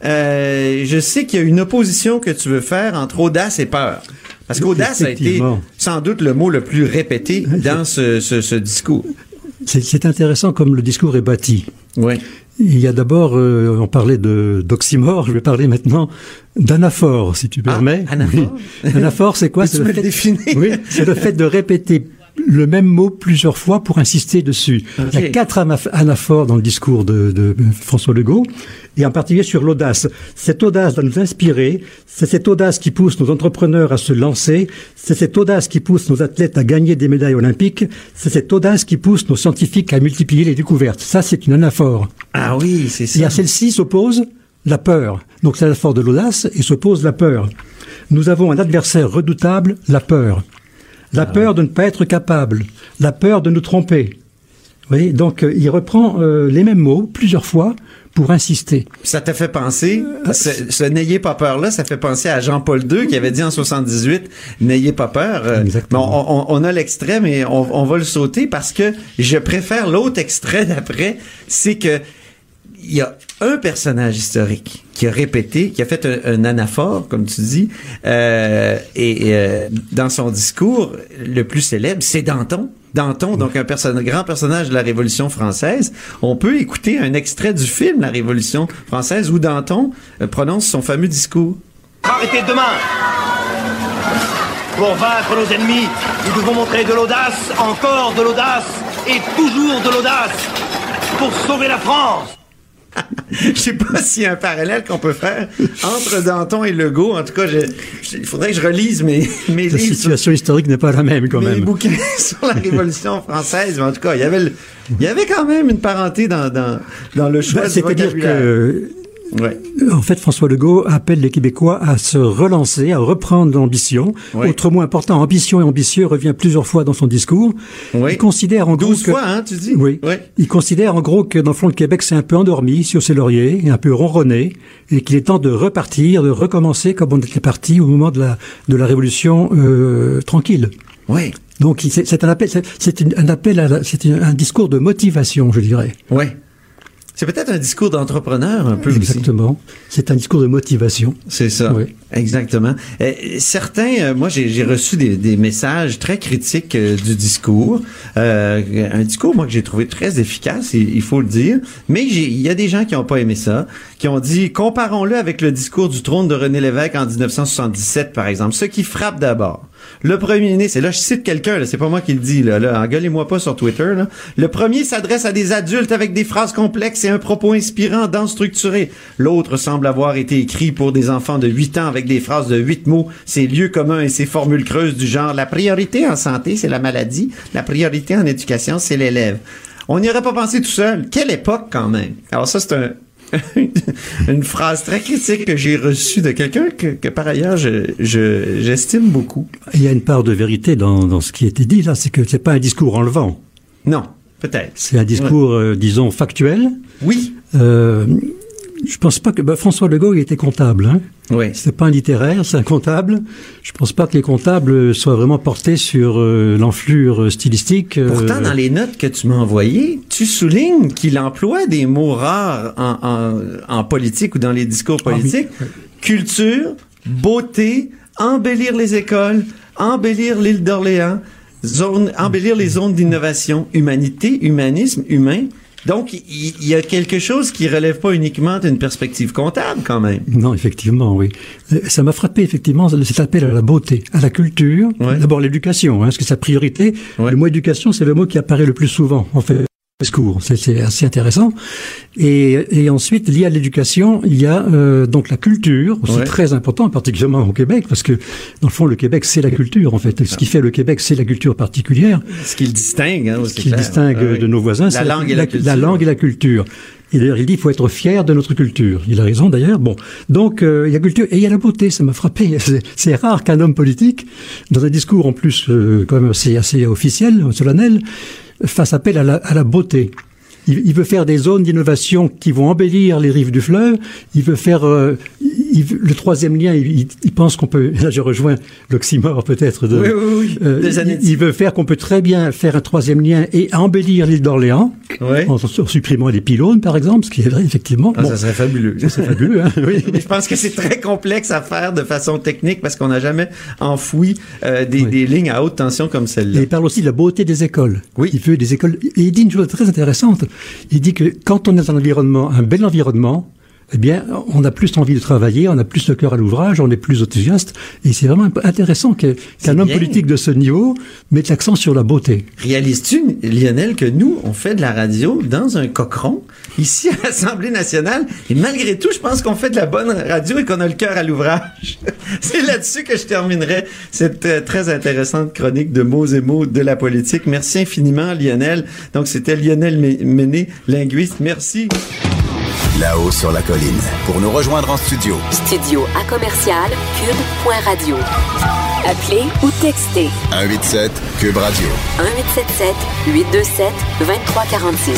Euh, je sais qu'il y a une opposition que tu veux faire entre audace et peur. Parce qu'audace a été sans doute le mot le plus répété dans ce, ce, ce discours. C'est, c'est intéressant comme le discours est bâti. Oui. Il y a d'abord, euh, on parlait de d'oxymore, je vais parler maintenant d'anaphore, si tu permets. Ah, anaphore. Oui. Anaphore, c'est quoi? C'est le, fait, oui, c'est le fait de répéter le même mot plusieurs fois pour insister dessus. Okay. Il y a quatre anaphores dans le discours de, de François Legault, et en particulier sur l'audace. Cette audace doit nous inspirer, c'est cette audace qui pousse nos entrepreneurs à se lancer, c'est cette audace qui pousse nos athlètes à gagner des médailles olympiques, c'est cette audace qui pousse nos scientifiques à multiplier les découvertes. Ça, c'est une anaphore. Ah oui, c'est ça. Et à celle-ci s'oppose la peur. Donc c'est l'anaphore de l'audace et s'oppose la peur. Nous avons un adversaire redoutable, la peur. La ah peur oui. de ne pas être capable, la peur de nous tromper. Vous voyez, donc euh, il reprend euh, les mêmes mots plusieurs fois pour insister. Ça t'a fait penser, euh, ce, ce n'ayez pas peur-là, ça fait penser à Jean-Paul deux qui avait dit en soixante-dix-huit, n'ayez pas peur. Euh, Exactement. On, on, on a l'extrait, mais on, on va le sauter parce que je préfère l'autre extrait d'après, c'est que il y a un personnage historique qui a répété, qui a fait un, un anaphore, comme tu dis, euh, et euh, dans son discours, le plus célèbre, c'est Danton. Danton, donc un perso- grand personnage de la Révolution française. On peut écouter un extrait du film La Révolution française où Danton euh, prononce son fameux discours. Arrêtez demain. Pour vaincre nos ennemis, nous devons montrer de l'audace, encore de l'audace, et toujours de l'audace, pour sauver la France. Je sais pas s'il y a un parallèle qu'on peut faire entre Danton et Legault. En tout cas, il faudrait que je relise mes, mes la livres. La situation sur, historique n'est pas la même, quand mes même. Mes bouquins sur la Révolution française. Mais en tout cas, il y avait, le, il y avait quand même une parenté dans, dans, dans le choix ben, du c'est-à-dire vocabulaire. Que... Ouais. En fait, François Legault appelle les Québécois à se relancer, à reprendre l'ambition. Ouais. Autre mot important, ambition et ambitieux revient plusieurs fois dans son discours. Ouais. Il considère en gros douze que... fois, hein, tu dis? Oui. Ouais. Il considère en gros que dans le fond, le Québec s'est un peu endormi sur ses lauriers, un peu ronronné, et qu'il est temps de repartir, de recommencer comme on était parti au moment de la, de la Révolution euh, tranquille. Oui. Donc, c'est, c'est un appel, c'est, c'est un appel à la, c'est un discours de motivation, je dirais. Oui. C'est peut-être un discours d'entrepreneur un peu. Exactement. Aussi. C'est un discours de motivation. C'est ça. Oui. Exactement. Euh, certains, euh, moi j'ai, j'ai reçu des, des messages très critiques euh, du discours. Euh, un discours, moi, que j'ai trouvé très efficace, il, il faut le dire. Mais il y a des gens qui n'ont pas aimé ça, qui ont dit, comparons-le avec le discours du trône de René Lévesque en dix-neuf cent soixante-dix-sept, par exemple. Ce qui frappe d'abord. Le premier ministre, et là je cite quelqu'un, là, c'est pas moi qui le dis, là, là, engueulez-moi pas sur Twitter, là. Le premier s'adresse à des adultes avec des phrases complexes et un propos inspirant, dense, structuré. L'autre semble avoir été écrit pour des enfants de huit ans avec des phrases de huit mots, ses lieux communs et ses formules creuses du genre, la priorité en santé, c'est la maladie, la priorité en éducation, c'est l'élève. On n'y aurait pas pensé tout seul. Quelle époque quand même. Alors ça, c'est un... une phrase très critique que j'ai reçue de quelqu'un que, que par ailleurs je, je, j'estime beaucoup. Il y a une part de vérité dans, dans ce qui a été dit là, c'est que c'est pas un discours enlevant. Non, peut-être. C'est un discours, ouais. euh, disons, factuel. Oui. Euh, je pense pas que bah, François Legault il était comptable. Hein. Oui. C'est pas un littéraire, c'est un comptable. Je pense pas que les comptables soient vraiment portés sur euh, l'enflure stylistique. Euh... Pourtant, dans les notes que tu m'as envoyées, tu soulignes qu'il emploie des mots rares en, en, en politique ou dans les discours politiques. Ah, oui. Culture, beauté, embellir les écoles, embellir l'île d'Orléans, zone, embellir les zones d'innovation, humanité, humanisme, humain. Donc, il y, y a quelque chose qui relève pas uniquement d'une perspective comptable, quand même. Non, effectivement, oui. Ça m'a frappé, effectivement, cet appel à la beauté, à la culture. Ouais. D'abord, l'éducation, hein, parce que sa priorité, ouais. Le mot éducation, c'est le mot qui apparaît le plus souvent, en fait. Discours, c'est, c'est assez intéressant. Et, et ensuite, lié à l'éducation, il y a euh, donc la culture, aussi ouais. Très important, particulièrement au Québec, parce que dans le fond, le Québec, c'est la culture, en fait. Ce qui fait le Québec, c'est la culture particulière. Ce qui le distingue, hein, ce qui le distingue ah, oui. de nos voisins, la c'est langue la, et la, culture, la langue et la culture. Et d'ailleurs, il dit, il faut être fier de notre culture. Il a raison, d'ailleurs. Bon. Donc, euh, il y a culture et il y a la beauté. Ça m'a frappé. C'est, c'est rare qu'un homme politique, dans un discours en plus, euh, quand même assez, assez officiel, solennel, fasse appel à la, à la beauté. Il, il veut faire des zones d'innovation qui vont embellir les rives du fleuve. Il veut faire euh, il, le troisième lien. Il, il, il pense qu'on peut. Là, je rejoins l'oxymore peut-être. De, oui, oui, oui. Euh, des années il, il veut faire qu'on peut très bien faire un troisième lien et embellir l'île d'Orléans oui. en, en supprimant les pylônes, par exemple, ce qui est vrai effectivement. Ah, bon, ça serait fabuleux. Ça serait fabuleux. Hein, oui. Je pense que c'est très complexe à faire de façon technique parce qu'on n'a jamais enfoui euh, des, oui. des lignes à haute tension comme celle-là. Et il parle aussi de la beauté des écoles. Oui. Il veut des écoles. Et il dit une chose très intéressante. Il dit que quand on est dans un environnement, un bel environnement, eh bien, on a plus envie de travailler, on a plus le cœur à l'ouvrage, on est plus enthousiaste. Et c'est vraiment intéressant que, qu'un homme politique de ce niveau mette l'accent sur la beauté. Réalises-tu, Lionel, que nous, on fait de la radio dans un cochon, ici à l'Assemblée nationale, et malgré tout, je pense qu'on fait de la bonne radio et qu'on a le cœur à l'ouvrage. C'est là-dessus que je terminerai cette euh, très intéressante chronique de mots et mots de la politique. Merci infiniment, Lionel. Donc, c'était Lionel Méné, linguiste. Merci. Là-haut sur la colline. Pour nous rejoindre en studio. Studio à commercial cube point radio. Appelez ou textez. un huit sept cube radio. un huit sept sept huit deux sept deux trois quatre six.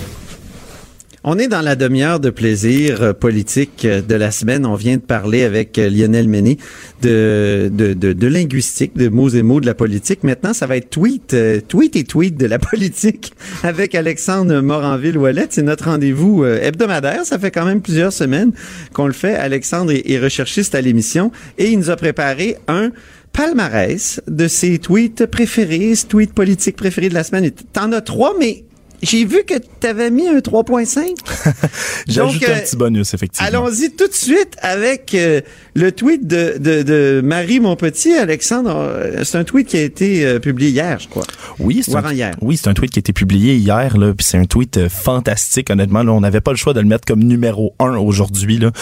On est dans la demi-heure de plaisir politique de la semaine. On vient de parler avec Lionel Méné de, de, de, de linguistique, de mots et mots de la politique. Maintenant, ça va être tweet, euh, tweet et tweet de la politique avec Alexandre Moranville-Ouellette. C'est notre rendez-vous euh, hebdomadaire. Ça fait quand même plusieurs semaines qu'on le fait. Alexandre est, est recherchiste à l'émission et il nous a préparé un palmarès de ses tweets préférés, ses tweets politiques préférés de la semaine. T'en as trois, mais j'ai vu que tu avais mis un trois virgule cinq. J'ai ajouté euh, un petit bonus, effectivement. Allons-y tout de suite avec euh, le tweet de, de, de Marie Montpetit. Alexandre, euh, c'est un tweet qui a été euh, publié hier, je crois. Oui, c'est Ou un, avant hier. Oui, c'est un tweet qui a été publié hier, là, puis c'est un tweet euh, fantastique, honnêtement. Là, on n'avait pas le choix de le mettre comme numéro un aujourd'hui. Là.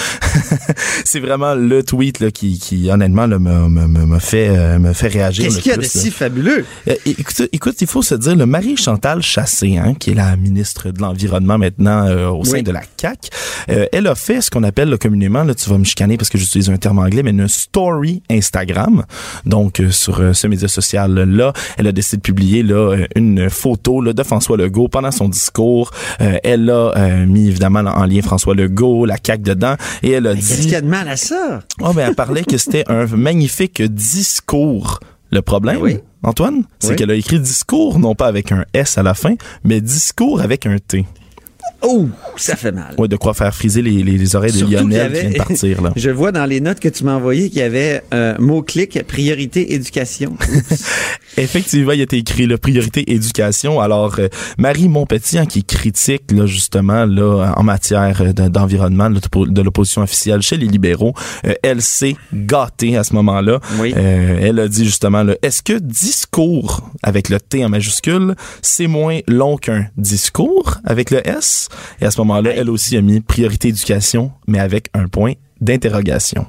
C'est vraiment le tweet là, qui, qui honnêtement, là, me, me, me, fait, euh, me fait réagir. Qu'est-ce le qu'il y a plus, de là. si fabuleux? Euh, écoute, écoute, il faut se dire, le Marie-Chantal Chassé, hein, qui est la ministre de l'Environnement maintenant euh, au sein oui. de la C A Q, euh, elle a fait ce qu'on appelle là, communément, là, tu vas me chicaner parce que j'utilise un terme anglais, mais une story Instagram. Donc, euh, sur euh, ce média social-là, elle a décidé de publier là, une photo là, de François Legault pendant son discours. Euh, elle a euh, mis évidemment en lien François Legault, la C A Q dedans, et elle a mais dit... Qu'est-ce qu'il y a de mal à ça? Oh, ben, elle parlait que c'était un magnifique discours. Le problème, oui. Antoine, c'est oui. qu'elle a écrit discours, non pas avec un S à la fin, mais discours avec un T. Oh, ça fait mal. Oui, de quoi faire friser les, les, les oreilles Surtout de Lionel avait, qui vient de partir. Là. Je vois dans les notes que tu m'as envoyées qu'il y avait euh, mot-clic, priorité éducation. Effectivement, il a été écrit la priorité éducation. Alors, euh, Marie Montpetit, hein, qui critique là, justement là, en matière de, d'environnement de, de l'opposition officielle chez les libéraux, euh, elle s'est gâtée à ce moment-là. Oui. Euh, elle a dit justement, là, est-ce que discours avec le T en majuscule, c'est moins long qu'un discours avec le S? Et à ce moment-là, elle aussi a mis priorité éducation, mais avec un point d'interrogation.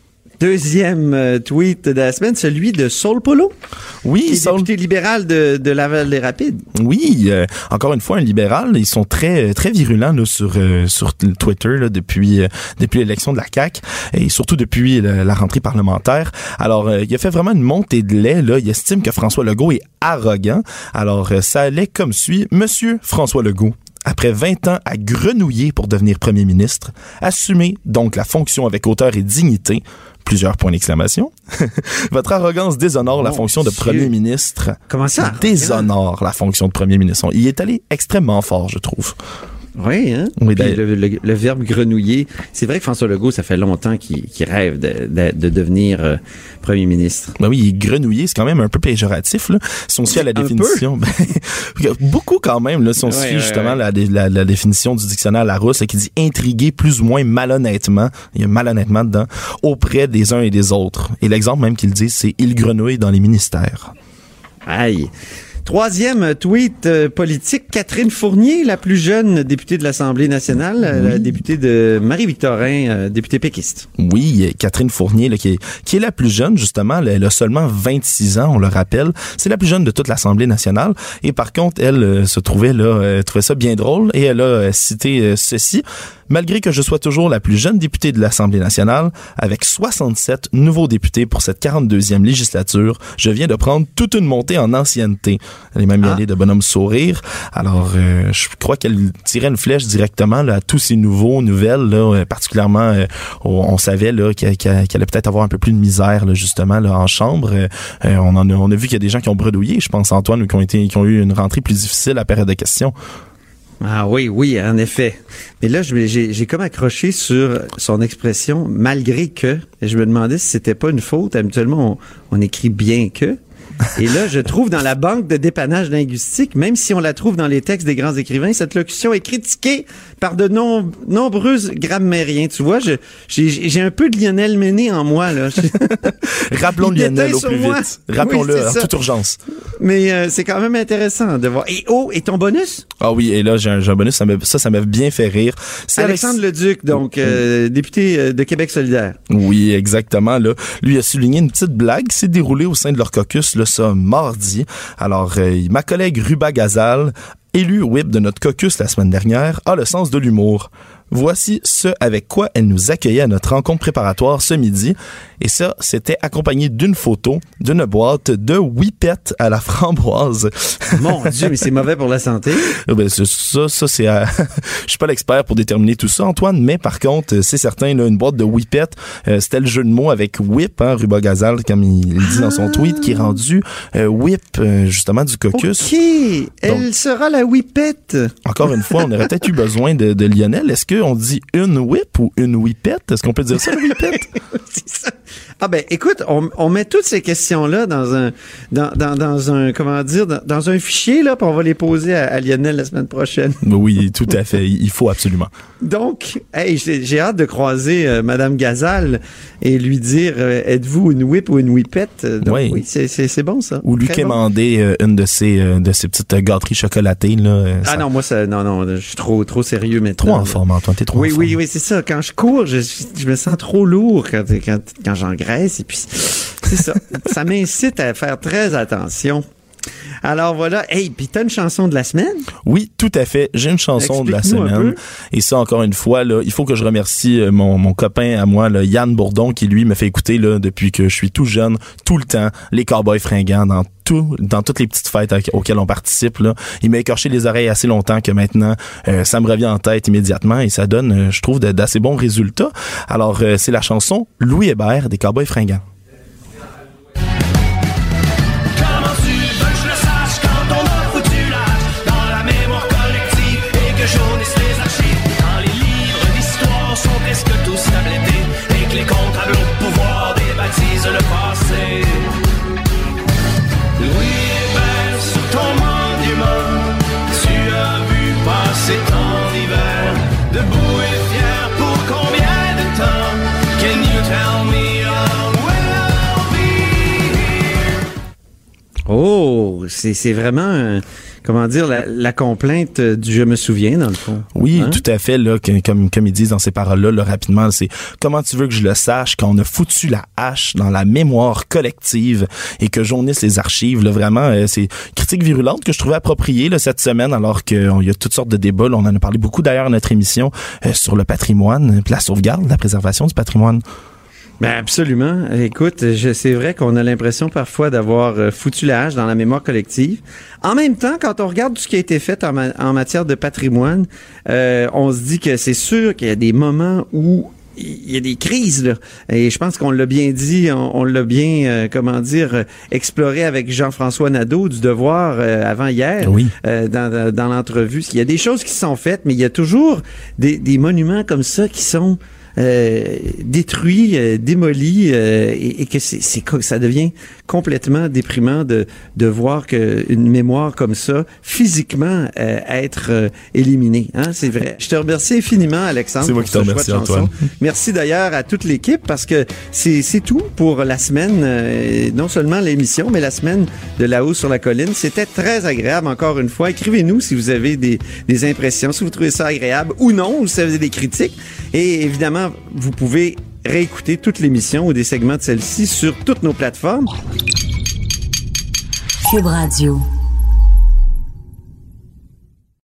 Deuxième euh, tweet de la semaine, celui de Saul Polo. Oui, qui est Saul... député libéral de, de Laval-les-Rapides. Oui, euh, encore une fois, un libéral. Ils sont très très virulents là, sur euh, sur Twitter là, depuis euh, depuis l'élection de la C A Q et surtout depuis la, la rentrée parlementaire. Alors, euh, il a fait vraiment une montée de lait. Là. Il estime que François Legault est arrogant. Alors, euh, ça allait comme suit. Monsieur François Legault, après vingt ans à grenouiller pour devenir premier ministre, assumez donc la fonction avec hauteur et dignité. Plusieurs points d'exclamation. Votre arrogance déshonore oh, la fonction de Dieu. Premier ministre. Comment ça? Déshonore la fonction de premier ministre. Il est allé extrêmement fort, je trouve. Oui, hein? Oui, Puis le, le, le verbe grenouiller. C'est vrai que François Legault, ça fait longtemps qu'il, qu'il rêve de, de, de devenir euh, premier ministre. Ben oui, grenouiller, c'est quand même un peu péjoratif, là. Si on se fie à la définition, ben, beaucoup quand même, là, si on se fie ouais, justement ouais, ouais. La, la, la définition du dictionnaire Larousse, là, qui dit intriguer plus ou moins malhonnêtement, il y a malhonnêtement dedans, auprès des uns et des autres. Et l'exemple même qu'il dit, c'est il grenouille dans les ministères. Aïe. Troisième tweet euh, politique, Catherine Fournier, la plus jeune députée de l'Assemblée nationale, oui. la députée de Marie-Victorin, euh, députée péquiste. Oui, Catherine Fournier, là, qui, est, qui est la plus jeune, justement. Elle a seulement vingt-six ans, on le rappelle. C'est la plus jeune de toute l'Assemblée nationale. Et par contre, elle euh, se trouvait là, euh, trouvait ça bien drôle et elle a euh, cité euh, ceci. Malgré que je sois toujours la plus jeune députée de l'Assemblée nationale, avec soixante-sept nouveaux députés pour cette quarante-deuxième législature, je viens de prendre toute une montée en ancienneté. Elle est même y ah. allée de bonhomme sourire. Alors, euh, je crois qu'elle tirait une flèche directement là, à tous ces nouveaux nouvelles, là, particulièrement, euh, on savait là, qu'elle, qu'elle allait peut-être avoir un peu plus de misère là, justement là, en chambre. Euh, on, en a, on a vu qu'il y a des gens qui ont bredouillé, je pense, Antoine, ou qui ont, été, qui ont eu une rentrée plus difficile à la période de questions. Ah oui, oui, en effet. Mais là, j'ai, j'ai comme accroché sur son expression « malgré que ». Et je me demandais si c'était pas une faute. Habituellement, on, on écrit « bien que ». Et là, je trouve dans la banque de dépannage linguistique, même si on la trouve dans les textes des grands écrivains, cette locution est critiquée par de nom, nombreuses grammairiens. Tu vois, je, j'ai, j'ai un peu de Lionel Méné en moi, là. Rappelons Lionel au plus moi. vite. Rappelons-le, oui, en toute urgence. Mais euh, c'est quand même intéressant de voir. Et oh, et ton bonus? Ah oui, et là, j'ai un, j'ai un bonus, ça, m'a, ça, ça m'a bien fait rire. C'est Alexandre Alex... Leduc, donc, euh, député de Québec solidaire. Oui, exactement, là. Lui a souligné une petite blague qui s'est déroulée au sein de leur caucus, là, ça, mardi. Alors, euh, ma collègue Ruba Gazal, élue whip de notre caucus la semaine dernière, a le sens de l'humour. Voici ce avec quoi elle nous accueillait à notre rencontre préparatoire ce midi. Et ça, c'était accompagné d'une photo d'une boîte de Whippet à la framboise. Mon Dieu, mais c'est mauvais pour la santé. Ben, c'est, ça, ça, c'est... Euh, je suis pas l'expert pour déterminer tout ça, Antoine, mais par contre, c'est certain, là, une boîte de Whippet, euh, c'était le jeu de mots avec whip, hein, Ruba Gazal, comme il, il dit dans son tweet, qui est rendu euh, whip, euh, justement, du caucus. OK, elle Donc, sera la Whippet. Encore une fois, on aurait peut-être eu besoin de, de Lionel. Est-ce qu'on dit une whip ou une whippet? Est-ce qu'on peut dire ça, le whippet? C'est ça. Ah ben, écoute, on, on met toutes ces questions-là dans un, dans, dans, dans un, comment dire, dans, dans un fichier, là, puis on va les poser à, à Lionel la semaine prochaine. Oui, tout à fait. Il faut absolument. Donc, hey, j'ai, j'ai hâte de croiser euh, Madame Gazal et lui dire, euh, êtes-vous une whip ou une whippette? Donc, oui, oui c'est, c'est, c'est bon, ça. Ou lui quémander bon. euh, une de ces, euh, de ces petites gâteries chocolatées, là. Euh, ah ça... non, moi, ça, non, non, je suis trop, trop sérieux maintenant. Trop en forme, Antoine, t'es trop oui, en forme. Oui, oui, c'est ça. Quand je cours, je, je me sens trop lourd quand, quand, quand j'engraisse et puis c'est ça. Ça m'incite à faire très attention. Alors voilà, hey, puis t'as une chanson de la semaine? Oui, tout à fait. J'ai une chanson de la semaine. Et ça, encore une fois, là, il faut que je remercie mon, mon copain à moi, là, Yann Bourdon, qui lui me fait écouter là, depuis que je suis tout jeune, tout le temps, les Cowboys fringants dans tout, dans toutes les petites fêtes auxquelles on participe. Là. Il m'a écorché les oreilles assez longtemps que maintenant, euh, ça me revient en tête immédiatement et ça donne, euh, je trouve, d'assez bons résultats. Alors, euh, c'est la chanson Louis Hébert des Cowboys fringants. Oh, c'est, c'est vraiment, euh, comment dire, la, la complainte du « je me souviens » dans le fond. Oui, hein? Tout à fait. Là, que, comme, comme ils disent dans ces paroles-là, là, rapidement, c'est « Comment tu veux que je le sache quand on a foutu la hache dans la mémoire collective et que jaunissent les archives? » Là, vraiment, euh, c'est critique virulente que je trouvais appropriée là, cette semaine, alors qu'il y a toutes sortes de débats. Là, on en a parlé beaucoup d'ailleurs à notre émission euh, sur le patrimoine, la sauvegarde, la préservation du patrimoine. Ben absolument. Écoute, je, c'est vrai qu'on a l'impression parfois d'avoir euh, foutu la hache dans la mémoire collective. En même temps, quand on regarde tout ce qui a été fait en, ma- en matière de patrimoine, euh, on se dit que c'est sûr qu'il y a des moments où il y a des crises, là. Et je pense qu'on l'a bien dit, on, on l'a bien, euh, comment dire, euh, exploré avec Jean-François Nadeau du Devoir euh, avant hier, oui. euh, dans, dans l'entrevue. Il y a des choses qui sont faites, mais il y a toujours des, des monuments comme ça qui sont Euh, détruit, euh, démoli, euh, et, et que c'est, c'est ça devient complètement déprimant de de voir que une mémoire comme ça physiquement euh, être euh, éliminée. Hein, c'est vrai. Je te remercie infiniment, Alexandre. C'est moi qui te remercie, Antoine. Merci d'ailleurs à toute l'équipe parce que c'est c'est tout pour la semaine. Euh, non seulement l'émission, mais la semaine de Là-haut sur la colline. C'était très agréable. Encore une fois, écrivez-nous si vous avez des des impressions, si vous trouvez ça agréable ou non, ou si vous avez des critiques. Et évidemment, vous pouvez réécouter toute l'émission ou des segments de celle-ci sur toutes nos plateformes. Cube Radio.